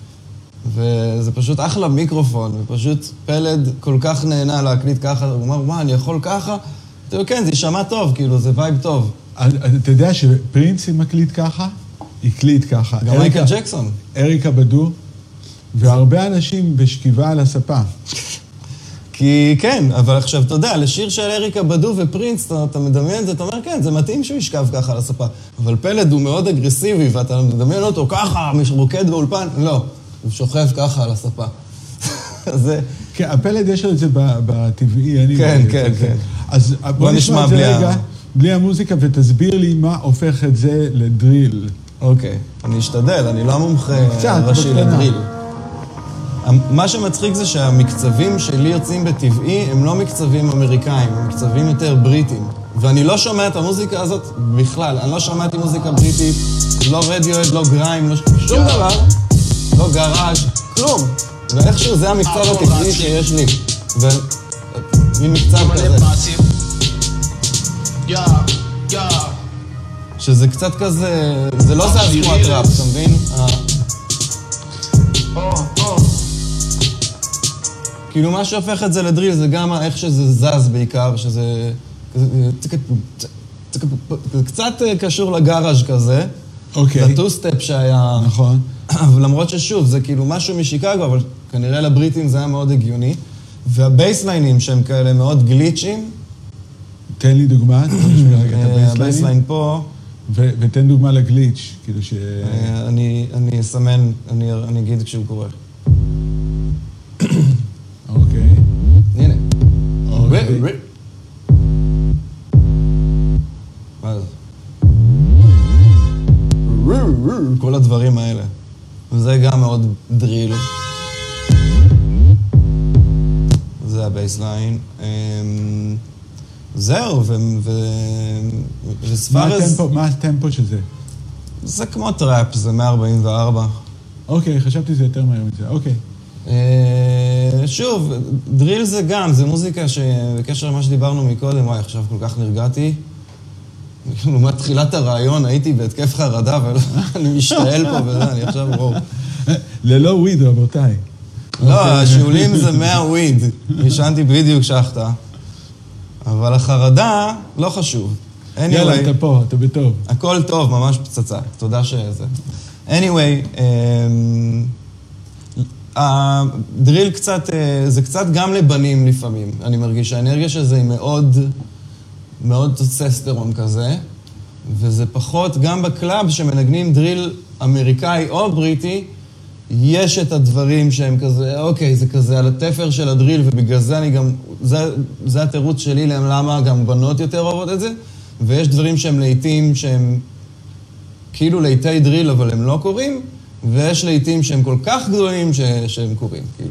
וזה פשוט אחלה מיקרופון, ופשוט פלד כל כך נהנה להקליט ככה, הוא אומר, מה, אני יכול ככה? אתה יודע, כן, זה יישמע טוב, כאילו, זה וייב טוב. אתה יודע שפרינס מקליט ככה? הקליט ככה. גם מייקל ג'קסון. אריקה בדו, והרבה אנשים בשכיבה על הספה. כי כן, אבל עכשיו, אתה יודע, לשיר של אריקה בדו ופרינס, אתה, אתה מדמיין את זה, אתה אומר, כן, זה מתאים שהוא ישכב ככה על הספה. אבל פלד הוא מאוד אגרסיבי, ואתה מדמיין אותו ככה, רוקד באולפן. לא, הוא שוכב ככה על הספה. זה... כן, הפלד יש לו את זה בטבעי, אני... כן, כן, כן. אז בוא נשמע את זה רגע, בלי המוזיקה, ותסביר לי מה הופך את זה לדריל. אוקיי, אני אשתדל, אני לא מומחה ראשי לדריל. מה שמצחיק זה שהמקצבים שלי יוצאים בטבעי הם לא מקצבים אמריקאים, הם מקצבים יותר בריטים. ואני לא שומע את המוזיקה הזאת בכלל, אני לא שמעתי מוזיקה בריטית, לא רדיואד, לא גריים, לא שום דבר, לא גראז', כלום. ואיכשהו זה המקצב הטבעי שיש לי. ומין מקצב כזה. שזה קצת כזה, זה לא זז כמו הטראפ, אתה מבין? כאילו מה שהופך את זה לדריל זה גם איך שזה זז בעיקר, שזה קצת קשור לגראז' כזה. אוקיי. לטו-סטפ שהיה... נכון. ולמרות ששוב, זה כאילו משהו משיקגו, אבל כנראה לבריטים זה היה מאוד הגיוני. והבייסליינים שהם כאלה מאוד גליצ'ים. תן לי דוגמה, תן לי רגע את הבייסליינים. הבייסליין פה. ותן דוגמה לגליץ', כאילו ש... אני אסמן, אני אגיד כשהוא קורא. אוקיי. הנה. אוקיי. מה זה? כל הדברים האלה. וזה גם מאוד דריל. זה הבייסליין. זהו, וספרס... מה הטמפו של זה? זה כמו טראפ, זה מאה ארבעים וארבע. אוקיי, חשבתי זה יותר מהר מזה, אוקיי. שוב, דריל זה גם, זה מוזיקה שבקשר למה שדיברנו מקודם, וואי, עכשיו כל כך נרגעתי. לעומת תחילת הרעיון הייתי בהתקף חרדה, ואני משתעל פה וזה, אני עכשיו רוב. ללא וויד, רבותיי. לא, השעולים זה מאה וויד. ישנתי בדיוק שחטה. אבל החרדה לא חשוב. יאללה, אתה פה, אתה בטוב. הכל טוב, ממש פצצה. תודה שזה. anyway, הדריל קצת, זה קצת גם לבנים לפעמים. אני מרגיש שהאנרגיה של זה היא מאוד... מאוד טסטוסטרון כזה, וזה פחות, גם בקלאב שמנגנים דריל אמריקאי או בריטי, יש את הדברים שהם כזה, אוקיי, זה כזה על התפר של הדריל, ובגלל זה אני גם, זה, זה התירוץ שלי למה גם בנות יותר אוהבות את זה, ויש דברים שהם לעיתים שהם כאילו לעיתי דריל, אבל הם לא קוראים, ויש לעיתים שהם כל כך גדולים ש, שהם קוראים, כאילו.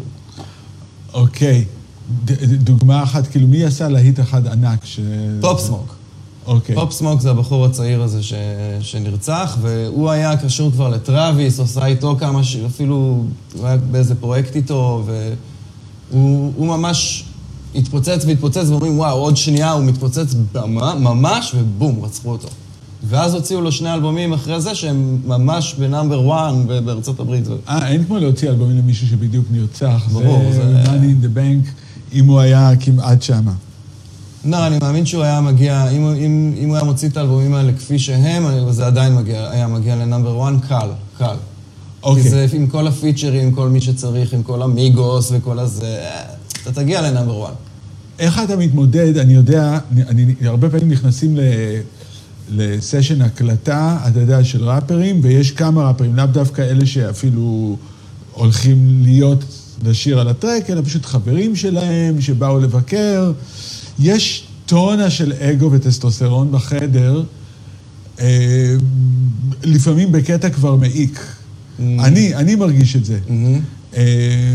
אוקיי. דוגמה אחת, כאילו מי עשה להיט אחד ענק ש... פופ סמוק. אוקיי. פופ סמוק זה הבחור הצעיר הזה ש... שנרצח, והוא היה קשור כבר לטראביס, עושה איתו כמה ש... אפילו הוא היה באיזה פרויקט איתו, והוא הוא ממש התפוצץ והתפוצץ, ואומרים, וואו, עוד שנייה הוא מתפוצץ ממש, ובום, רצחו אותו. ואז הוציאו לו שני אלבומים אחרי זה, שהם ממש בנאמבר וואן בארצות הברית. אה, אין כמו להוציא אלבומים למישהו שבדיוק נרצח. ברור, זה... זה... Money in the Bank, אם הוא היה כמעט שמה. לא, אני מאמין שהוא היה מגיע, אם, אם, אם הוא היה מוציא את האלבומים האלה כפי שהם, זה עדיין מגיע, היה מגיע לנאמבר וואן, קל, קל. אוקיי. כי זה עם כל הפיצ'רים, עם כל מי שצריך, עם כל המיגוס וכל הזה, אתה תגיע לנאמבר וואן. איך אתה מתמודד? אני יודע, אני, אני הרבה פעמים נכנסים ל... לסשן הקלטה, אתה יודע, של ראפרים, ויש כמה ראפרים, לאו דווקא אלה שאפילו הולכים להיות לשיר על הטרק, אלא פשוט חברים שלהם שבאו לבקר. יש טונה של אגו וטסטוסטרון בחדר, אה, לפעמים בקטע כבר מעיק. Mm-hmm. אני, אני מרגיש את זה. Mm-hmm. אה,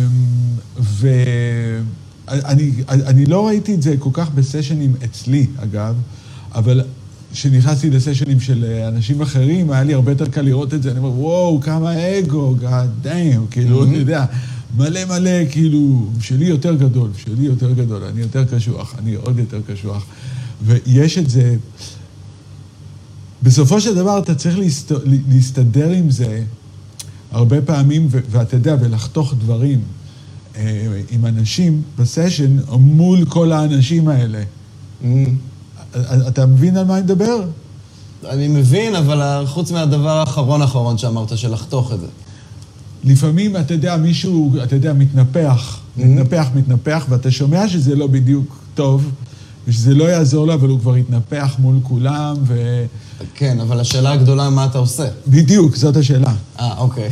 ואני אני לא ראיתי את זה כל כך בסשנים אצלי, אגב, אבל כשנכנסתי לסשנים של אנשים אחרים, היה לי הרבה יותר קל לראות את זה, אני אומר, וואו, כמה אגו, God damn, כאילו, אני יודע, מלא מלא, כאילו, שלי יותר גדול, שלי יותר גדול, אני יותר קשוח, אני עוד יותר קשוח. ויש את זה, בסופו של דבר אתה צריך להסת... להסתדר עם זה הרבה פעמים, ו... ואתה יודע, ולחתוך דברים עם אנשים בסשן מול כל האנשים האלה. אתה מבין על מה אני מדבר? אני מבין, אבל חוץ מהדבר האחרון האחרון שאמרת, של לחתוך את זה. לפעמים, אתה יודע, מישהו, אתה יודע, מתנפח, מתנפח, מתנפח, ואתה שומע שזה לא בדיוק טוב, ושזה לא יעזור לו, אבל הוא כבר התנפח מול כולם, ו... כן, אבל השאלה הגדולה, מה אתה עושה? בדיוק, זאת השאלה. אה, אוקיי.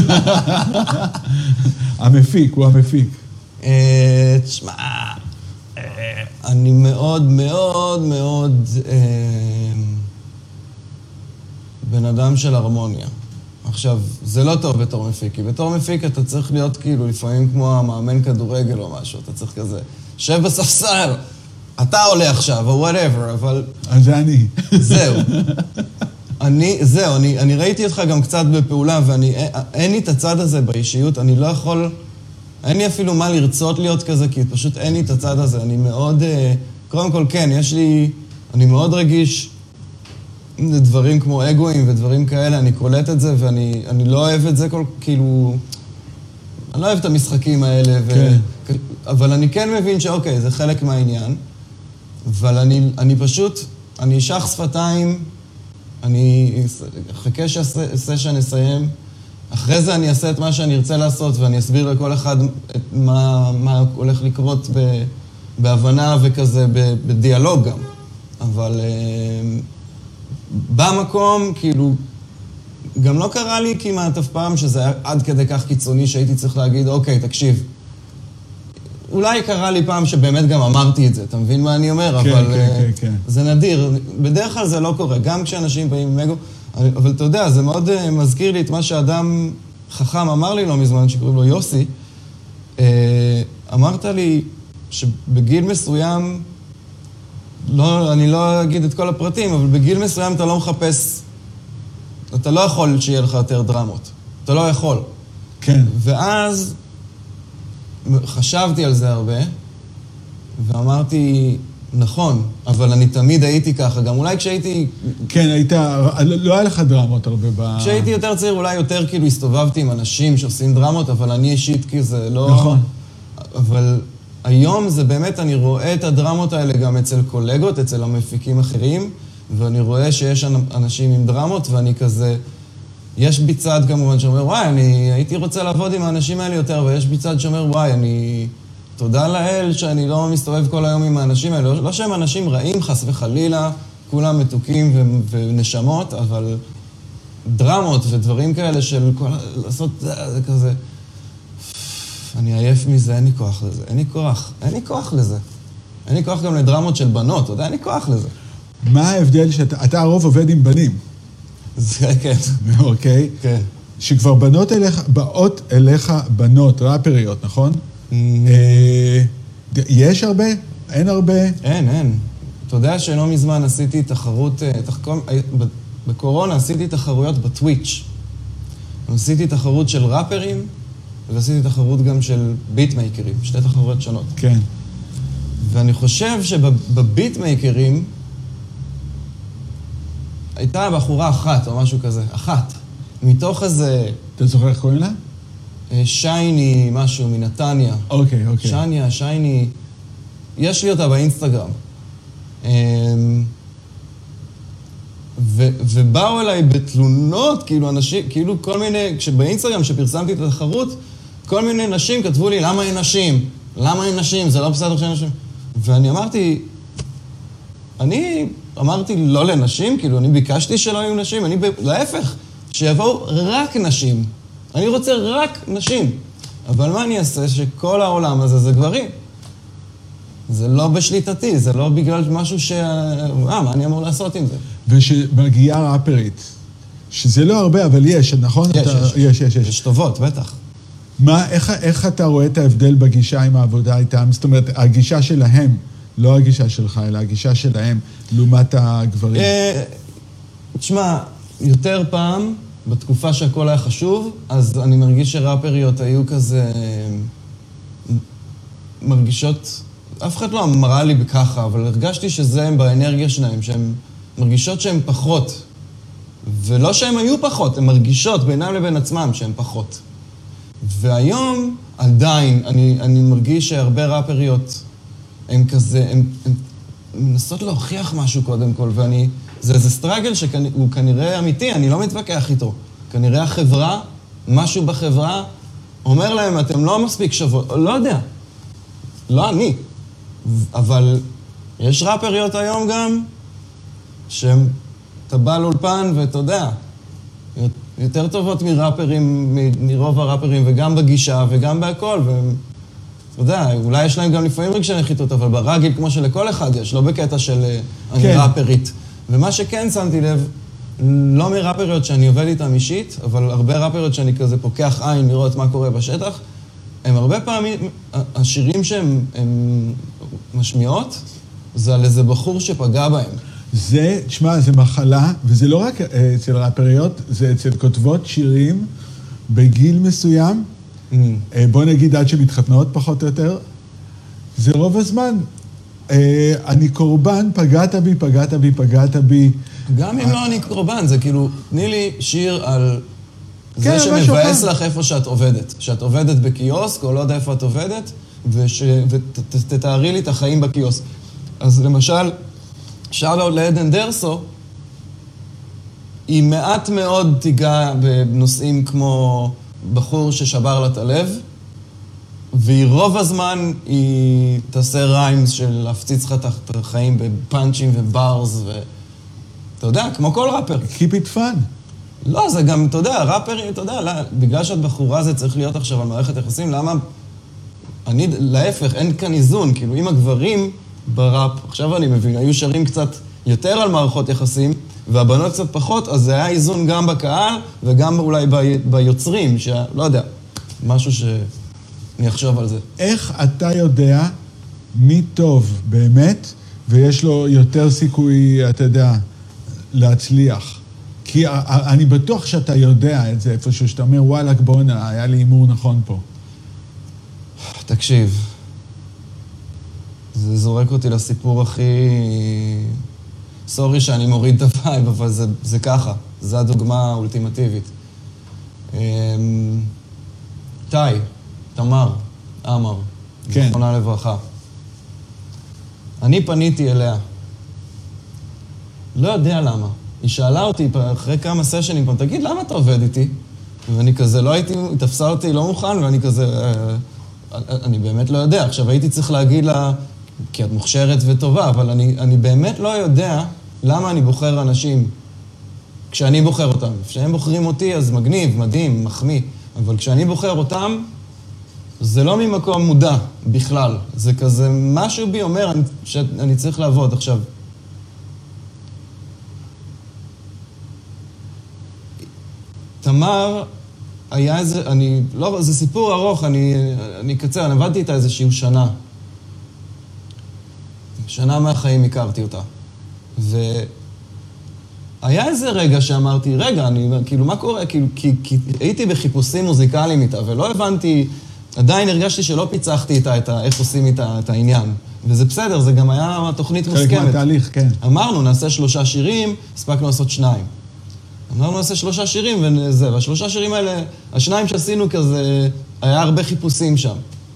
המפיק, הוא המפיק. תשמע... אני מאוד מאוד מאוד אה, בן אדם של הרמוניה. עכשיו, זה לא טוב בתור מפיק, כי בתור מפיק אתה צריך להיות כאילו לפעמים כמו המאמן כדורגל או משהו, אתה צריך כזה, שב בספסל, אתה עולה עכשיו, או whatever, אבל... אז זה אני. זהו. אני, זהו, אני, אני ראיתי אותך גם קצת בפעולה, ואני, אין לי את הצד הזה באישיות, אני לא יכול... אין לי אפילו מה לרצות להיות כזה, כי פשוט אין לי את הצד הזה. אני מאוד... קודם כל, כן, יש לי... אני מאוד רגיש לדברים כמו אגואים ודברים כאלה, אני קולט את זה, ואני אני לא אוהב את זה כל... כאילו... אני לא אוהב את המשחקים האלה, ו... כן. אבל אני כן מבין שאוקיי, זה חלק מהעניין, אבל אני, אני פשוט... אני אשח שפתיים, אני אחכה שהסשן נסיים, אחרי זה אני אעשה את מה שאני ארצה לעשות, ואני אסביר לכל אחד את מה, מה הולך לקרות ב, בהבנה וכזה, ב, בדיאלוג גם. אבל uh, במקום, כאילו, גם לא קרה לי כמעט אף פעם שזה היה עד כדי כך קיצוני שהייתי צריך להגיד, אוקיי, תקשיב. אולי קרה לי פעם שבאמת גם אמרתי את זה, אתה מבין מה אני אומר? כן, אבל כן, כן, כן. זה נדיר. בדרך כלל זה לא קורה, גם כשאנשים באים עם אגו. אבל אתה יודע, זה מאוד uh, מזכיר לי את מה שאדם חכם אמר לי לא מזמן, שקוראים לו יוסי. Uh, אמרת לי שבגיל מסוים, לא, אני לא אגיד את כל הפרטים, אבל בגיל מסוים אתה לא מחפש, אתה לא יכול שיהיה לך יותר דרמות. אתה לא יכול. כן. ואז חשבתי על זה הרבה, ואמרתי, נכון, אבל אני תמיד הייתי ככה, גם אולי כשהייתי... כן, היית... לא היה לך דרמות הרבה ב... כשהייתי יותר צעיר, אולי יותר כאילו הסתובבתי עם אנשים שעושים דרמות, אבל אני אישית כזה לא... נכון. אבל היום זה באמת, אני רואה את הדרמות האלה גם אצל קולגות, אצל המפיקים אחרים, ואני רואה שיש אנשים עם דרמות, ואני כזה... יש בי צד כמובן שאומר, וואי, אני הייתי רוצה לעבוד עם האנשים האלה יותר, ויש בי צד שאומר, וואי, אני... תודה לאל שאני לא מסתובב כל היום עם האנשים האלה. לא, לא שהם אנשים רעים, חס וחלילה, כולם מתוקים ו- ונשמות, אבל דרמות ודברים כאלה של כל... לעשות זה, זה כזה... אני עייף מזה, אין לי כוח לזה. אין לי כוח. אין לי כוח לזה. אין לי כוח גם לדרמות של בנות, אתה יודע, אין לי כוח לזה. מה ההבדל שאתה... אתה הרוב עובד עם בנים. זה כן. אוקיי? כן. שכבר בנות אליך, באות אליך בנות, ראפריות, נכון? יש הרבה? אין הרבה? אין, אין. אתה יודע שלא מזמן עשיתי תחרות, תחכום, בקורונה עשיתי תחרויות בטוויץ'. עשיתי תחרות של ראפרים, ועשיתי תחרות גם של ביטמייקרים, שתי תחרויות שונות. כן. ואני חושב שבביטמייקרים הייתה בחורה אחת או משהו כזה, אחת. מתוך איזה... אתה זוכר איך קוראים לה? שייני משהו מנתניה. אוקיי, אוקיי. שייניה, שייני. יש לי אותה באינסטגרם. ו- ובאו אליי בתלונות, כאילו אנשים, כאילו כל מיני, כשבאינסטגרם שפרסמתי את התחרות, כל מיני נשים כתבו לי, למה אין נשים? למה אין נשים? זה לא בסדר שאין נשים. ואני אמרתי, אני אמרתי לא לנשים, כאילו אני ביקשתי שלא יהיו נשים, אני ב... להפך, שיבואו רק נשים. אני רוצה רק נשים. אבל מה אני אעשה שכל העולם הזה זה גברים? זה לא בשליטתי, זה לא בגלל משהו ש... אה, מה אני אמור לעשות עם זה? ושמגיעה ראפרית, שזה לא הרבה, אבל יש, נכון? יש, אתה... יש. יש, יש, יש. יש טובות, בטח. מה, איך, איך אתה רואה את ההבדל בגישה עם העבודה איתם? זאת אומרת, הגישה שלהם, לא הגישה שלך, אלא הגישה שלהם, לעומת הגברים. תשמע, יותר פעם, בתקופה שהכל היה חשוב, אז אני מרגיש שראפריות היו כזה... מרגישות... אף אחד לא אמרה לי בככה, אבל הרגשתי שזה הם באנרגיה שלהם, שהן מרגישות שהן פחות. ולא שהן היו פחות, הן מרגישות בינם לבין עצמם שהן פחות. והיום עדיין אני, אני מרגיש שהרבה ראפריות הן כזה, הן, הן מנסות להוכיח משהו קודם כל, ואני... זה איזה סטרגל שהוא כנראה אמיתי, אני לא מתווכח איתו. כנראה החברה, משהו בחברה, אומר להם, אתם לא מספיק שוות, לא יודע. לא אני. אבל יש ראפריות היום גם, שאתה בא לאולפן ואתה יודע, יותר טובות מראפרים, מרוב הראפרים, וגם בגישה וגם בהכל, ואתה יודע, אולי יש להם גם לפעמים רגשי נחיתות, אבל ברגיל כמו שלכל אחד יש, לא בקטע של אני כן. ראפרית. ומה שכן שמתי לב, לא מראפריות שאני עובד איתן אישית, אבל הרבה ראפריות שאני כזה פוקח עין לראות מה קורה בשטח, הם הרבה פעמים, השירים שהם משמיעות, זה על איזה בחור שפגע בהם. זה, תשמע, זה מחלה, וזה לא רק אצל ראפריות, זה אצל כותבות שירים בגיל מסוים, mm. בוא נגיד עד שמתחתנות פחות או יותר, זה רוב הזמן. אני קורבן, פגעת בי, פגעת בי, פגעת בי. גם אם לא אני קורבן, זה כאילו, תני לי שיר על זה שמבאס לך איפה שאת עובדת. שאת עובדת בקיוסק, או לא יודע איפה את עובדת, ותתארי לי את החיים בקיוסק. אז למשל, שאלות לעדן דרסו, היא מעט מאוד תיגע בנושאים כמו בחור ששבר לה את הלב, והיא רוב הזמן היא תעשה ריימס של להפציץ לך את החיים בפאנצ'ים וברס, ואתה יודע, כמו כל ראפר. Keep it fun. לא, זה גם, אתה יודע, ראפרים, אתה יודע, לא, בגלל שאת בחורה זה צריך להיות עכשיו על מערכת יחסים, למה? אני, להפך, אין כאן איזון, כאילו, אם הגברים בראפ, עכשיו אני מבין, היו שרים קצת יותר על מערכות יחסים, והבנות קצת פחות, אז זה היה איזון גם בקהל, וגם אולי ב, ביוצרים, שלא יודע, משהו ש... אני אחשוב על זה. איך אתה יודע מי טוב באמת, ויש לו יותר סיכוי, אתה יודע, להצליח? כי אני בטוח שאתה יודע את זה איפשהו, שאתה אומר, וואלה, בואנה, היה לי אימור נכון פה. תקשיב, זה זורק אותי לסיפור הכי... סורי שאני מוריד את הווייב, אבל זה, זה ככה. זו הדוגמה האולטימטיבית. טי. תמר, אמר, כן. זכרונה לברכה. אני פניתי אליה. לא יודע למה. היא שאלה אותי אחרי כמה סשנים פעם, תגיד, למה אתה עובד איתי? ואני כזה, לא הייתי, היא תפסה אותי לא מוכן, ואני כזה, אה, אני באמת לא יודע. עכשיו, הייתי צריך להגיד לה, כי את מוכשרת וטובה, אבל אני, אני באמת לא יודע למה אני בוחר אנשים כשאני בוחר אותם. כשהם בוחרים אותי, אז מגניב, מדהים, מחמיא. אבל כשאני בוחר אותם, זה לא ממקום מודע בכלל. זה כזה, משהו בי אומר שאני צריך לעבוד עכשיו. תמר היה איזה, אני, לא, זה סיפור ארוך, אני, אני אקצר, אני עבדתי איתה איזושהי שנה. שנה מהחיים הכרתי אותה. והיה איזה רגע שאמרתי, רגע, אני, כאילו, מה קורה? כאילו, כי, כי הייתי בחיפושים מוזיקליים איתה, ולא הבנתי, עדיין הרגשתי שלא פיצחתי איתה, את ה, איך עושים איתה את העניין. וזה בסדר, זה גם היה תוכנית מוסכמת. חלק מהתהליך, כן. אמרנו, נעשה שלושה שירים, הספקנו לעשות שניים. אמרנו, נעשה שלושה שירים וזה, והשלושה שירים האלה, השניים שעשינו כזה, היה הרבה חיפושים שם.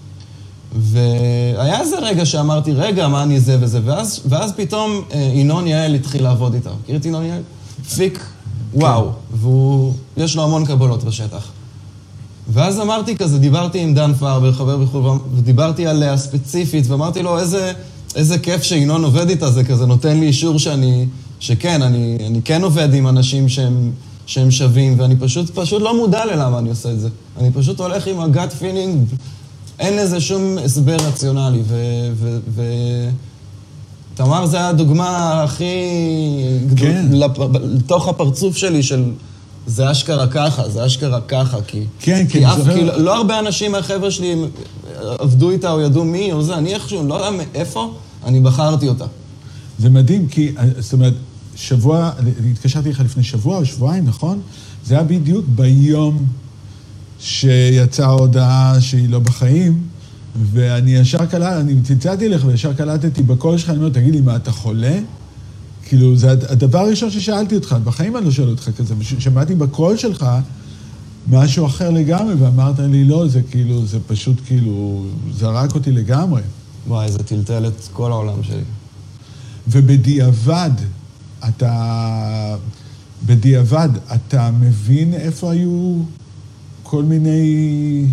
והיה איזה רגע שאמרתי, רגע, מה אני זה וזה, ואז, ואז פתאום ינון יעל התחיל לעבוד איתה. מכיר את ינון יעל? פיק, וואו, והוא, יש לו המון קבלות בשטח. ואז אמרתי כזה, דיברתי עם דן פרבר, חבר בחור, ודיברתי עליה ספציפית, ואמרתי לו, איזה, איזה כיף שינון עובד איתה, זה כזה נותן לי אישור שאני, שכן, אני, אני כן עובד עם אנשים שהם, שהם שווים, ואני פשוט, פשוט לא מודע ללמה אני עושה את זה. אני פשוט הולך עם הגאט פילינג, אין לזה שום הסבר רציונלי, ו... ו, ו תמר, זה הדוגמה הכי גדול, כן. לפ... לתוך הפרצוף שלי של... זה אשכרה ככה, זה אשכרה ככה, כי... כן, כי כן, אף, זה... כי לא הרבה אנשים מהחבר'ה שלי עבדו איתה או ידעו מי או זה, אני איכשהו, לא יודע מאיפה, אני בחרתי אותה. זה מדהים, כי, זאת אומרת, שבוע, התקשרתי לך לפני שבוע או שבועיים, נכון? זה היה בדיוק ביום שיצאה ההודעה שהיא לא בחיים, ואני ישר קלט, אני צלצלתי לך וישר קלטתי בקול שלך, אני אומר, תגיד לי, מה, אתה חולה? כאילו, זה הדבר הראשון ששאלתי אותך, בחיים אני לא שואל אותך כזה, שמעתי בקול שלך משהו אחר לגמרי, ואמרת לי, לא, זה כאילו, זה פשוט כאילו, זרק אותי לגמרי. וואי, זה טלטל את כל העולם שלי. ובדיעבד, אתה, בדיעבד, אתה מבין איפה היו כל מיני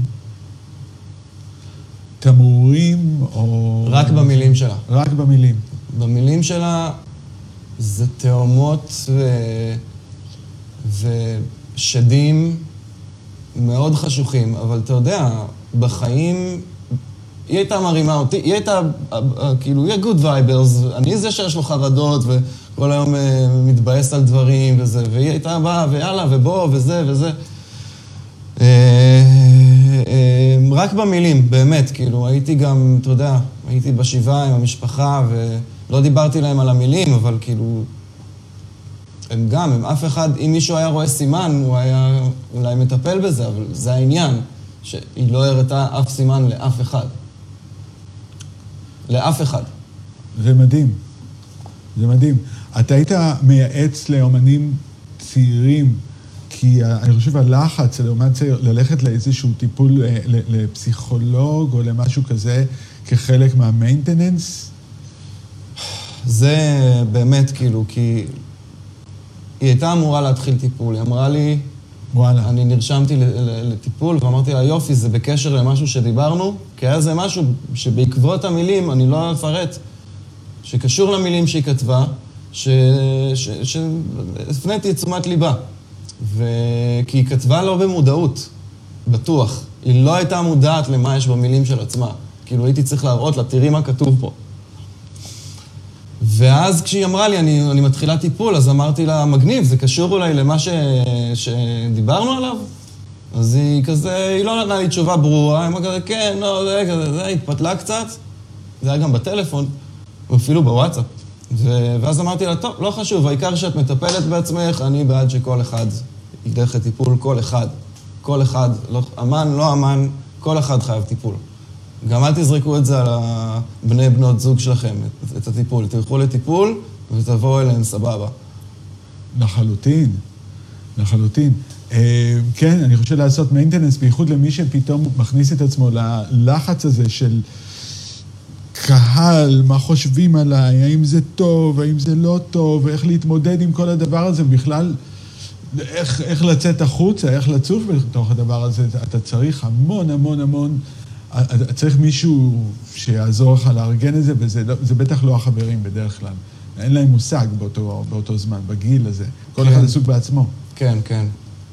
תמרורים, או... רק במילים שלה. רק במילים. במילים שלה זה תאומות ו... ושדים מאוד חשוכים, אבל אתה יודע, בחיים היא הייתה מרימה אותי, היא הייתה, כאילו, היא good vibers, אני זה שיש לו חרדות וכל היום מתבאס על דברים וזה, והיא הייתה באה ויאללה ובוא וזה וזה. רק במילים, באמת, כאילו, הייתי גם, אתה יודע, הייתי בשבעה עם המשפחה ולא דיברתי להם על המילים, אבל כאילו, הם גם, הם אף אחד, אם מישהו היה רואה סימן, הוא היה אולי מטפל בזה, אבל זה העניין, שהיא לא הראתה אף סימן לאף אחד. לאף אחד. זה מדהים. זה מדהים. אתה היית מייעץ לאומנים צעירים, כי אני חושב הלחץ לאומן צעיר, ללכת לאיזשהו טיפול לפסיכולוג או למשהו כזה, כחלק מהמיינטננס? זה באמת כאילו, כי היא הייתה אמורה להתחיל טיפול. היא אמרה לי, וואלה. אני נרשמתי לטיפול, ואמרתי לה, יופי, זה בקשר למשהו שדיברנו, כי היה זה משהו שבעקבות המילים, אני לא אפרט, שקשור למילים שהיא כתבה, שהפניתי את תשומת ליבה. וכי היא כתבה לא במודעות, בטוח. היא לא הייתה מודעת למה יש במילים של עצמה. כאילו הייתי צריך להראות לה, תראי מה כתוב פה. ואז כשהיא אמרה לי, אני, אני מתחילה טיפול, אז אמרתי לה, מגניב, זה קשור אולי למה ש, שדיברנו עליו? אז היא כזה, היא לא נתנה לי תשובה ברורה, היא אמרה כזה, כן, לא, זה כזה, זה התפתלה קצת. זה היה גם בטלפון, ואפילו בוואטסאפ. ו... ואז אמרתי לה, טוב, לא חשוב, העיקר שאת מטפלת בעצמך, אני בעד שכל אחד ילך לטיפול, כל אחד. כל אחד, לא, אמן, לא אמן, כל אחד חייב טיפול. גם אל תזרקו את זה על הבני בנות זוג שלכם, את, את הטיפול. תלכו לטיפול ותבואו אליהם סבבה. לחלוטין, לחלוטין. אה, כן, אני חושב לעשות מיינטננס, בייחוד למי שפתאום מכניס את עצמו ללחץ הזה של קהל, מה חושבים עליי, האם זה טוב, האם זה לא טוב, איך להתמודד עם כל הדבר הזה, בכלל, איך, איך לצאת החוצה, איך לצוף בתוך הדבר הזה, אתה צריך המון המון המון, אתה צריך מישהו שיעזור לך לארגן את זה, וזה זה בטח לא החברים בדרך כלל. אין להם מושג באותו, באותו זמן, בגיל הזה. כל כן. אחד עסוק בעצמו. כן, כן.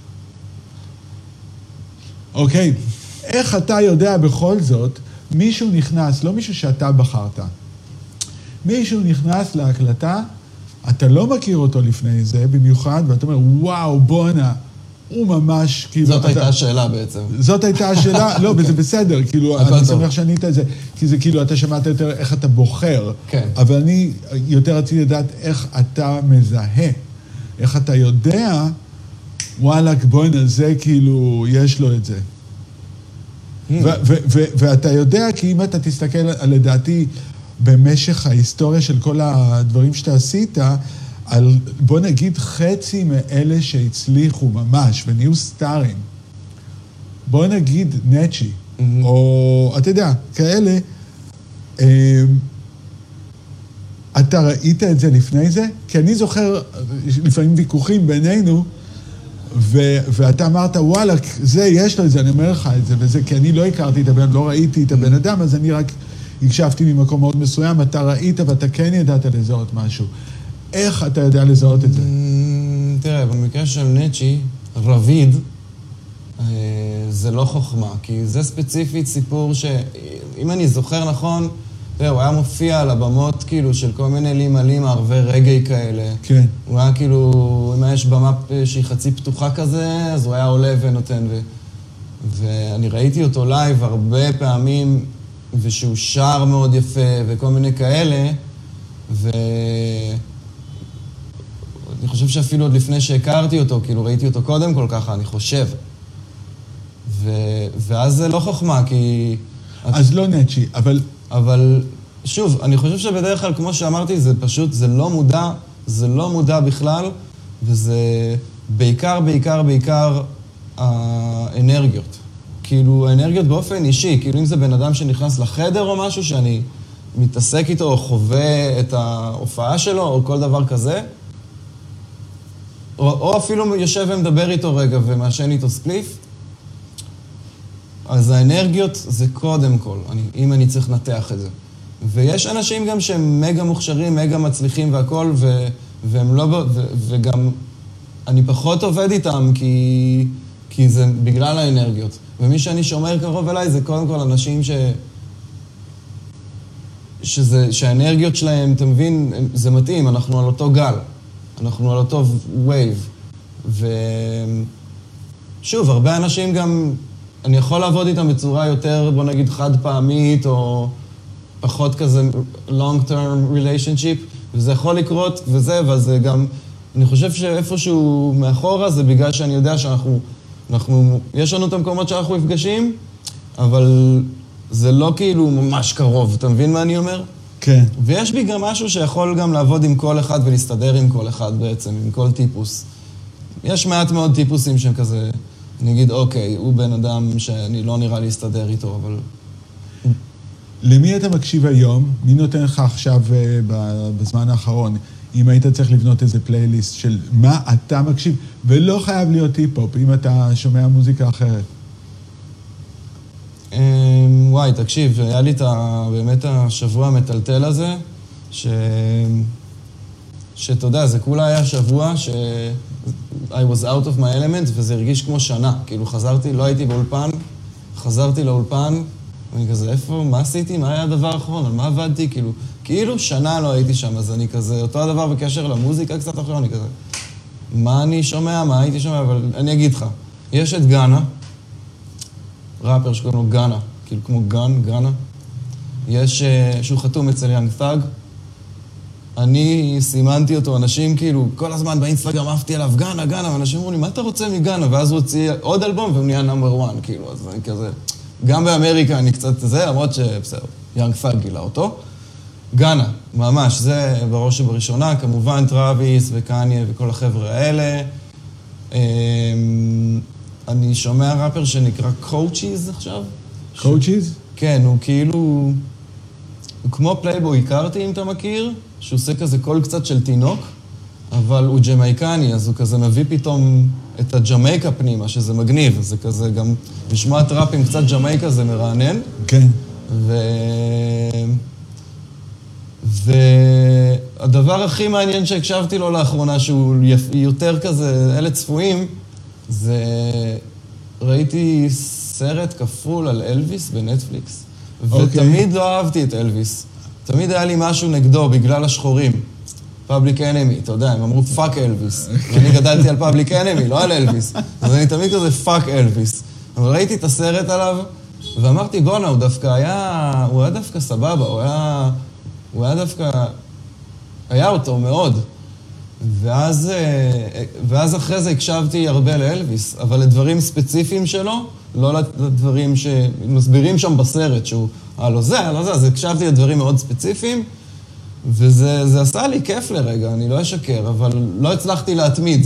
אוקיי, איך אתה יודע בכל זאת, מישהו נכנס, לא מישהו שאתה בחרת, מישהו נכנס להקלטה, אתה לא מכיר אותו לפני זה במיוחד, ואתה אומר, וואו, בונה, הוא ממש, כאילו... זאת הייתה השאלה בעצם. זאת הייתה השאלה, לא, וזה בסדר, כאילו, אני שמח שענית את זה, כי זה כאילו, אתה שמעת יותר איך אתה בוחר, כן. אבל אני יותר רציתי לדעת איך אתה מזהה, איך אתה יודע, וואלק, בואי נזה, כאילו, יש לו את זה. ואתה יודע, כי אם אתה תסתכל, לדעתי, במשך ההיסטוריה של כל הדברים שאתה עשית, על, בוא נגיד, חצי מאלה שהצליחו ממש ונהיו סטארים. בוא נגיד נצ'י, mm-hmm. או אתה יודע, כאלה, אתה ראית את זה לפני זה? כי אני זוכר לפעמים ויכוחים בינינו, ו- ואתה אמרת, וואלה, זה, יש לו את זה, אני אומר לך את זה, וזה, כי אני לא הכרתי את הבן, לא ראיתי את הבן אדם, אז אני רק הקשבתי ממקום מאוד מסוים, אתה ראית ואתה כן ידעת לזהות משהו. איך אתה יודע לזהות את זה? תראה, במקרה של נצ'י, רביד, זה לא חוכמה, כי זה ספציפית סיפור שאם אני זוכר נכון, תראה, הוא היה מופיע על הבמות כאילו של כל מיני לימלים, ערבי רגעי כאלה. כן. הוא היה כאילו, אם יש במה שהיא חצי פתוחה כזה, אז הוא היה עולה ונותן. ו... ואני ראיתי אותו לייב הרבה פעמים, ושהוא שר מאוד יפה וכל מיני כאלה, ו... אני חושב שאפילו עוד לפני שהכרתי אותו, כאילו ראיתי אותו קודם כל ככה, אני חושב. ו... ואז זה לא חוכמה, כי... אז לא נצ'י, אבל... אבל שוב, אני חושב שבדרך כלל, כמו שאמרתי, זה פשוט, זה לא מודע, זה לא מודע בכלל, וזה בעיקר, בעיקר, בעיקר האנרגיות. כאילו, האנרגיות באופן אישי, כאילו אם זה בן אדם שנכנס לחדר או משהו, שאני מתעסק איתו או חווה את ההופעה שלו או כל דבר כזה, או, או אפילו יושב ומדבר איתו רגע ומעשן איתו ספליף, אז האנרגיות זה קודם כל, אני, אם אני צריך לנתח את זה. ויש אנשים גם שהם מגה מוכשרים, מגה מצליחים והכל, ו, והם לא, ו, וגם אני פחות עובד איתם כי, כי זה בגלל האנרגיות. ומי שאני שומר קרוב אליי זה קודם כל אנשים ש, שזה, שהאנרגיות שלהם, אתה מבין, זה מתאים, אנחנו על אותו גל, אנחנו על אותו וייב. ושוב, הרבה אנשים גם... אני יכול לעבוד איתם בצורה יותר, בוא נגיד, חד פעמית, או פחות כזה long-term relationship, וזה יכול לקרות, וזה, וזה גם, אני חושב שאיפשהו מאחורה, זה בגלל שאני יודע שאנחנו, אנחנו, יש לנו את המקומות שאנחנו מפגשים, אבל זה לא כאילו ממש קרוב, אתה מבין מה אני אומר? כן. ויש בי גם משהו שיכול גם לעבוד עם כל אחד ולהסתדר עם כל אחד בעצם, עם כל טיפוס. יש מעט מאוד טיפוסים שהם כזה... אני אגיד, אוקיי, הוא בן אדם שאני לא נראה להסתדר איתו, אבל... למי אתה מקשיב היום? מי נותן לך עכשיו בזמן האחרון? אם היית צריך לבנות איזה פלייליסט של מה אתה מקשיב, ולא חייב להיות היפ-הופ, אם אתה שומע מוזיקה אחרת. וואי, תקשיב, היה לי את באמת השבוע המטלטל הזה, ש... שאתה יודע, זה כולה היה שבוע ש... I was out of my element, וזה הרגיש כמו שנה. כאילו, חזרתי, לא הייתי באולפן, חזרתי לאולפן, ואני כזה, איפה, מה עשיתי? מה היה הדבר האחרון? על מה עבדתי? כאילו, כאילו שנה לא הייתי שם, אז אני כזה, אותו הדבר בקשר למוזיקה קצת אחר, אני כזה, מה אני שומע? מה הייתי שומע? אבל אני אגיד לך, יש את גאנה, ראפר שקוראים לו גאנה, כאילו כמו גן, גאנה. יש, שהוא חתום אצל יאנג תאג, אני סימנתי אותו, אנשים כאילו, כל הזמן באינסטגרם עפתי עליו, גאנה, גאנה, ואנשים אמרו לי, מה אתה רוצה מגאנה? ואז הוא הוציא עוד אלבום, והוא נהיה נאמבר וואן, כאילו, אז אני כזה... גם באמריקה אני קצת זה, למרות שבסדר, יאנג פאג גילה אותו. גאנה, ממש, זה בראש ובראשונה, כמובן טראביס וקניה וכל החבר'ה האלה. אני שומע ראפר שנקרא קואוצ'יז עכשיו. קואוצ'יז? כן, הוא כאילו... הוא כמו פלייבוי, הכרתי אם אתה מכיר, שהוא עושה כזה קול קצת של תינוק, אבל הוא ג'מייקני, אז הוא כזה מביא פתאום את הג'מייקה פנימה, שזה מגניב, זה כזה גם לשמוע טראפ עם קצת ג'מייקה זה מרענן. כן. ו... והדבר הכי מעניין שהקשבתי לו לאחרונה, שהוא יותר כזה, אלה צפויים, זה ראיתי סרט כפול על אלוויס בנטפליקס, ותמיד לא אהבתי את אלוויס. תמיד היה לי משהו נגדו בגלל השחורים. פאבליק אנמי, אתה יודע, הם אמרו פאק אלוויס. ואני גדלתי על פאבליק אנמי, לא על אלוויס. אז אני תמיד כזה פאק אלוויס. אבל ראיתי את הסרט עליו, ואמרתי, בונה, הוא דווקא היה... הוא היה דווקא סבבה, הוא היה... הוא היה דווקא... היה אותו מאוד. ואז, ואז אחרי זה הקשבתי הרבה לאלוויס, אבל לדברים ספציפיים שלו, לא לדברים שמסבירים שם בסרט, שהוא, אה, לא זה, לא זה, אז הקשבתי לדברים מאוד ספציפיים, וזה זה עשה לי כיף לרגע, אני לא אשקר, אבל לא הצלחתי להתמיד.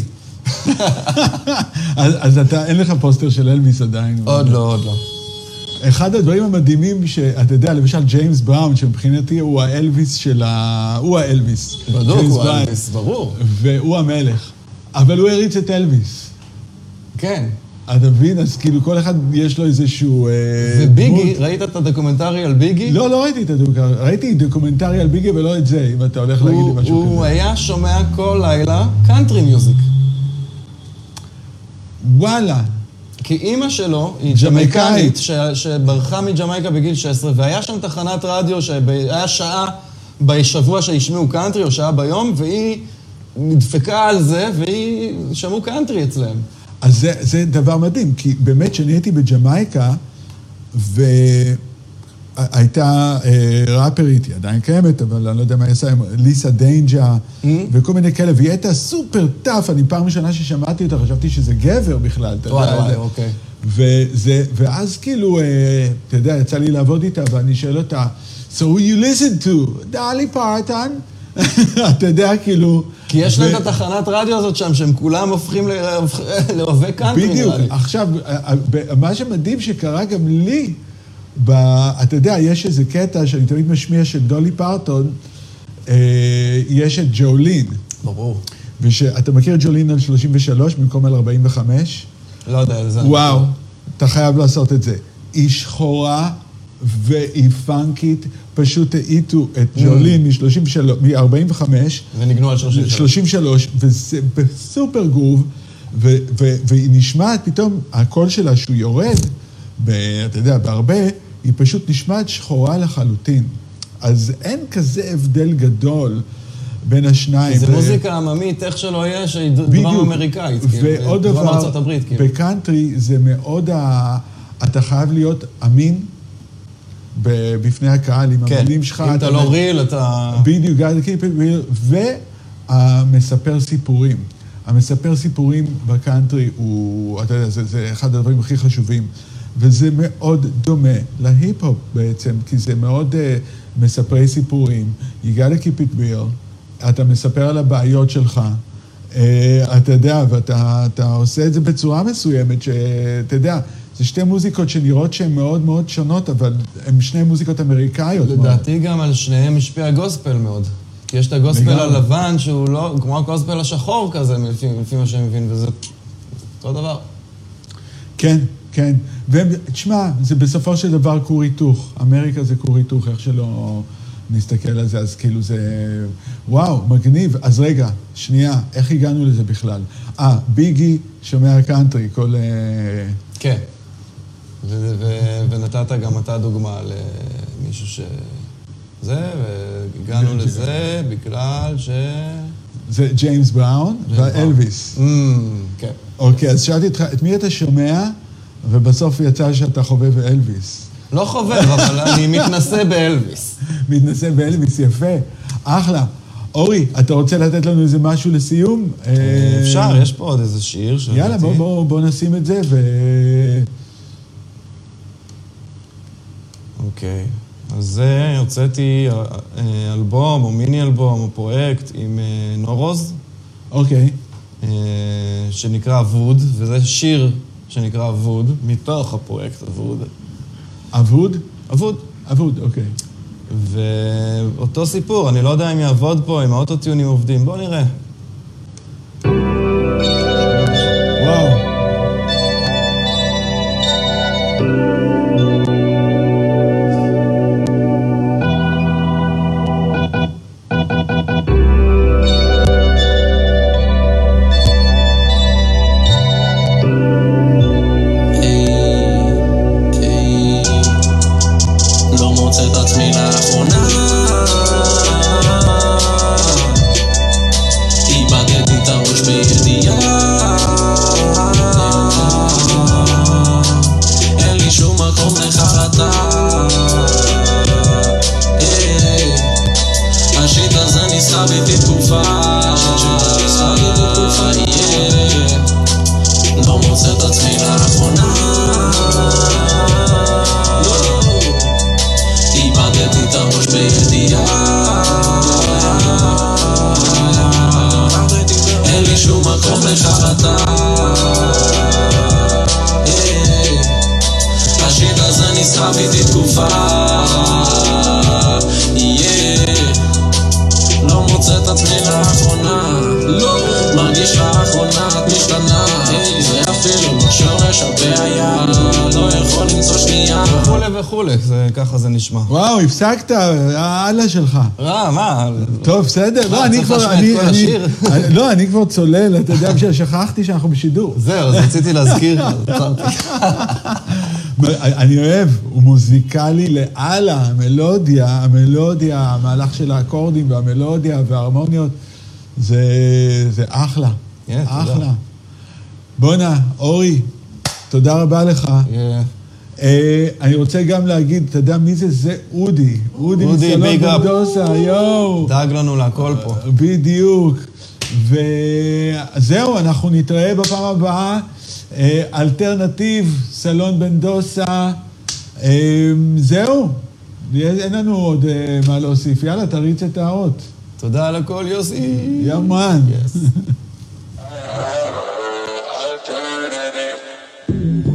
אז, אז אתה, אין לך פוסטר של אלוויס עדיין? עוד לא, עוד לא. אחד הדברים המדהימים שאתה יודע, למשל ג'יימס בראון, שמבחינתי הוא האלוויס של ה... הוא האלוויס. בדוק, הוא האלוויס, ברור. והוא המלך. אבל הוא הריץ את אלוויס. כן. אתה מבין? אז כאילו כל אחד יש לו איזשהו... וביגי, ראית את הדוקומנטרי על ביגי? לא, לא ראיתי את הדוקומנטרי. ראיתי דוקומנטרי על ביגי ולא את זה, אם אתה הולך להגיד לי משהו כזה. הוא היה שומע כל לילה קאנטרי מיוזיק. וואלה. כי אימא שלו היא ג'מייקנית, שברחה מג'מייקה בגיל שש עשרה, והיה שם תחנת רדיו שהיה שעה בשבוע שישמעו קאנטרי, או שעה ביום, והיא נדפקה על זה, והיא שמעו קאנטרי אצלם. אז זה, זה דבר מדהים, כי באמת שאני הייתי בג'מייקה, והייתה ראפרית, היא עדיין קיימת, אבל אני לא יודע מה היא עושה, ליסה דיינג'ה, וכל מיני כאלה, והיא הייתה סופר טאפ, אני פעם ראשונה ששמעתי אותה, חשבתי שזה גבר בכלל, אתה יודע. וואי, וואי, אוקיי. וזה, ואז כאילו, אתה יודע, יצא לי לעבוד איתה, ואני שואל אותה, So who you listen to? דאלי פרטון? אתה יודע, כאילו... כי יש להם את התחנת רדיו הזאת שם, שהם כולם הופכים לאוהבי קאנטרי. בדיוק. עכשיו, מה שמדהים שקרה גם לי, אתה יודע, יש איזה קטע שאני תמיד משמיע של דולי פרטון, יש את ג'ולין. ברור. ואתה מכיר את ג'ולין על שלושים ושלוש במקום על ארבעים וחמש? לא יודע, על זה. וואו, אתה חייב לעשות את זה. היא שחורה והיא פאנקית, פשוט העיתו את ג'ולין מ-ארבעים וחמש. וניגנו על שלושים ושלוש. שלושים ושלוש, וזה בסופר גרוב, והיא נשמעת פתאום, הקול שלה שהוא יורד, אתה יודע, בהרבה, היא פשוט נשמעת שחורה לחלוטין. אז אין כזה הבדל גדול בין השניים. זה מוזיקה עממית, איך שלא יהיה, שהיא דרמה אמריקאית. ועוד דבר, בקאנטרי זה מאוד, אתה חייב להיות אמין בפני הקהל, עם המילים שלך. אם אתה לא ריל, אתה... בדיוק, והמספר סיפורים. המספר סיפורים בקאנטרי הוא, אתה יודע, זה אחד הדברים הכי חשובים. וזה מאוד דומה להיפ-הופ בעצם, כי זה מאוד uh, מספרי סיפורים. You gotta keep it real. אתה מספר על הבעיות שלך. Uh, אתה יודע, ואתה אתה עושה את זה בצורה מסוימת, שאתה יודע, זה שתי מוזיקות שנראות שהן מאוד מאוד שונות, אבל הן שני מוזיקות אמריקאיות. לדעתי מאוד. גם על שניהם משפיע גוספל מאוד. כי יש את הגוספל הלבן, שהוא לא, כמו הגוספל השחור כזה, לפי, לפי מה שאני מבין, וזה אותו דבר. כן. כן, ותשמע, זה בסופו של דבר כור היתוך. אמריקה זה כור היתוך, איך שלא נסתכל על זה, אז כאילו זה... וואו, מגניב. אז רגע, שנייה, איך הגענו לזה בכלל? אה, ביגי שומע קאנטרי, כל... כן. ו- ו- ונתת גם אתה דוגמה למישהו ש... זה, והגענו לזה בגלל ש... זה ג'יימס בראון ואלוויס. כן. אוקיי, אז שאלתי אותך, את מי אתה שומע? ובסוף יצא שאתה חובב אלוויס. לא חובב, אבל אני מתנסה באלוויס. מתנסה באלוויס, יפה. אחלה. אורי, אתה רוצה לתת לנו איזה משהו לסיום? אפשר, יש פה עוד איזה שיר. יאללה, בוא, בוא, בוא נשים את זה ו... אוקיי. אז זה, הוצאתי אלבום או מיני אלבום או פרויקט עם נורוז. אוקיי. שנקרא אבוד, וזה שיר שנקרא אבוד, מתוך הפרויקט אבוד. אבוד? אבוד. אבוד, אוקיי. ואותו סיפור, אני לא יודע אם יעבוד פה, אם האוטוטיונים עובדים, בואו נראה. וואו. חוויתי תקופה, לא מוצא את עצמי לאחרונה, מרגיש לאחרונה את משתנה, זה אפילו לא שורש הבעיה, לא יכול למצוא שנייה וכולי וכולי, ככה זה נשמע. וואו, הפסקת, הלאה שלך. רע, מה? טוב, בסדר. לא, אני כבר... לא, אני כבר צולל, אתה יודע ששכחתי שאנחנו בשידור. זהו, אז רציתי להזכיר. אני אוהב, הוא מוזיקלי לאללה, המלודיה, המלודיה, המהלך של האקורדים והמלודיה וההרמוניות, זה אחלה, אחלה. בונה, אורי, תודה רבה לך. אני רוצה גם להגיד, אתה יודע מי זה? זה אודי. אודי מסלון בנדוסה, יואו. דאג לנו להכל פה. בדיוק. וזהו, אנחנו נתראה בפעם הבאה. אלטרנטיב, סלון בנדוסה. זהו. אין לנו עוד מה להוסיף. יאללה, תריץ את האות. תודה על הכל, יוסי. יאמן. Yes.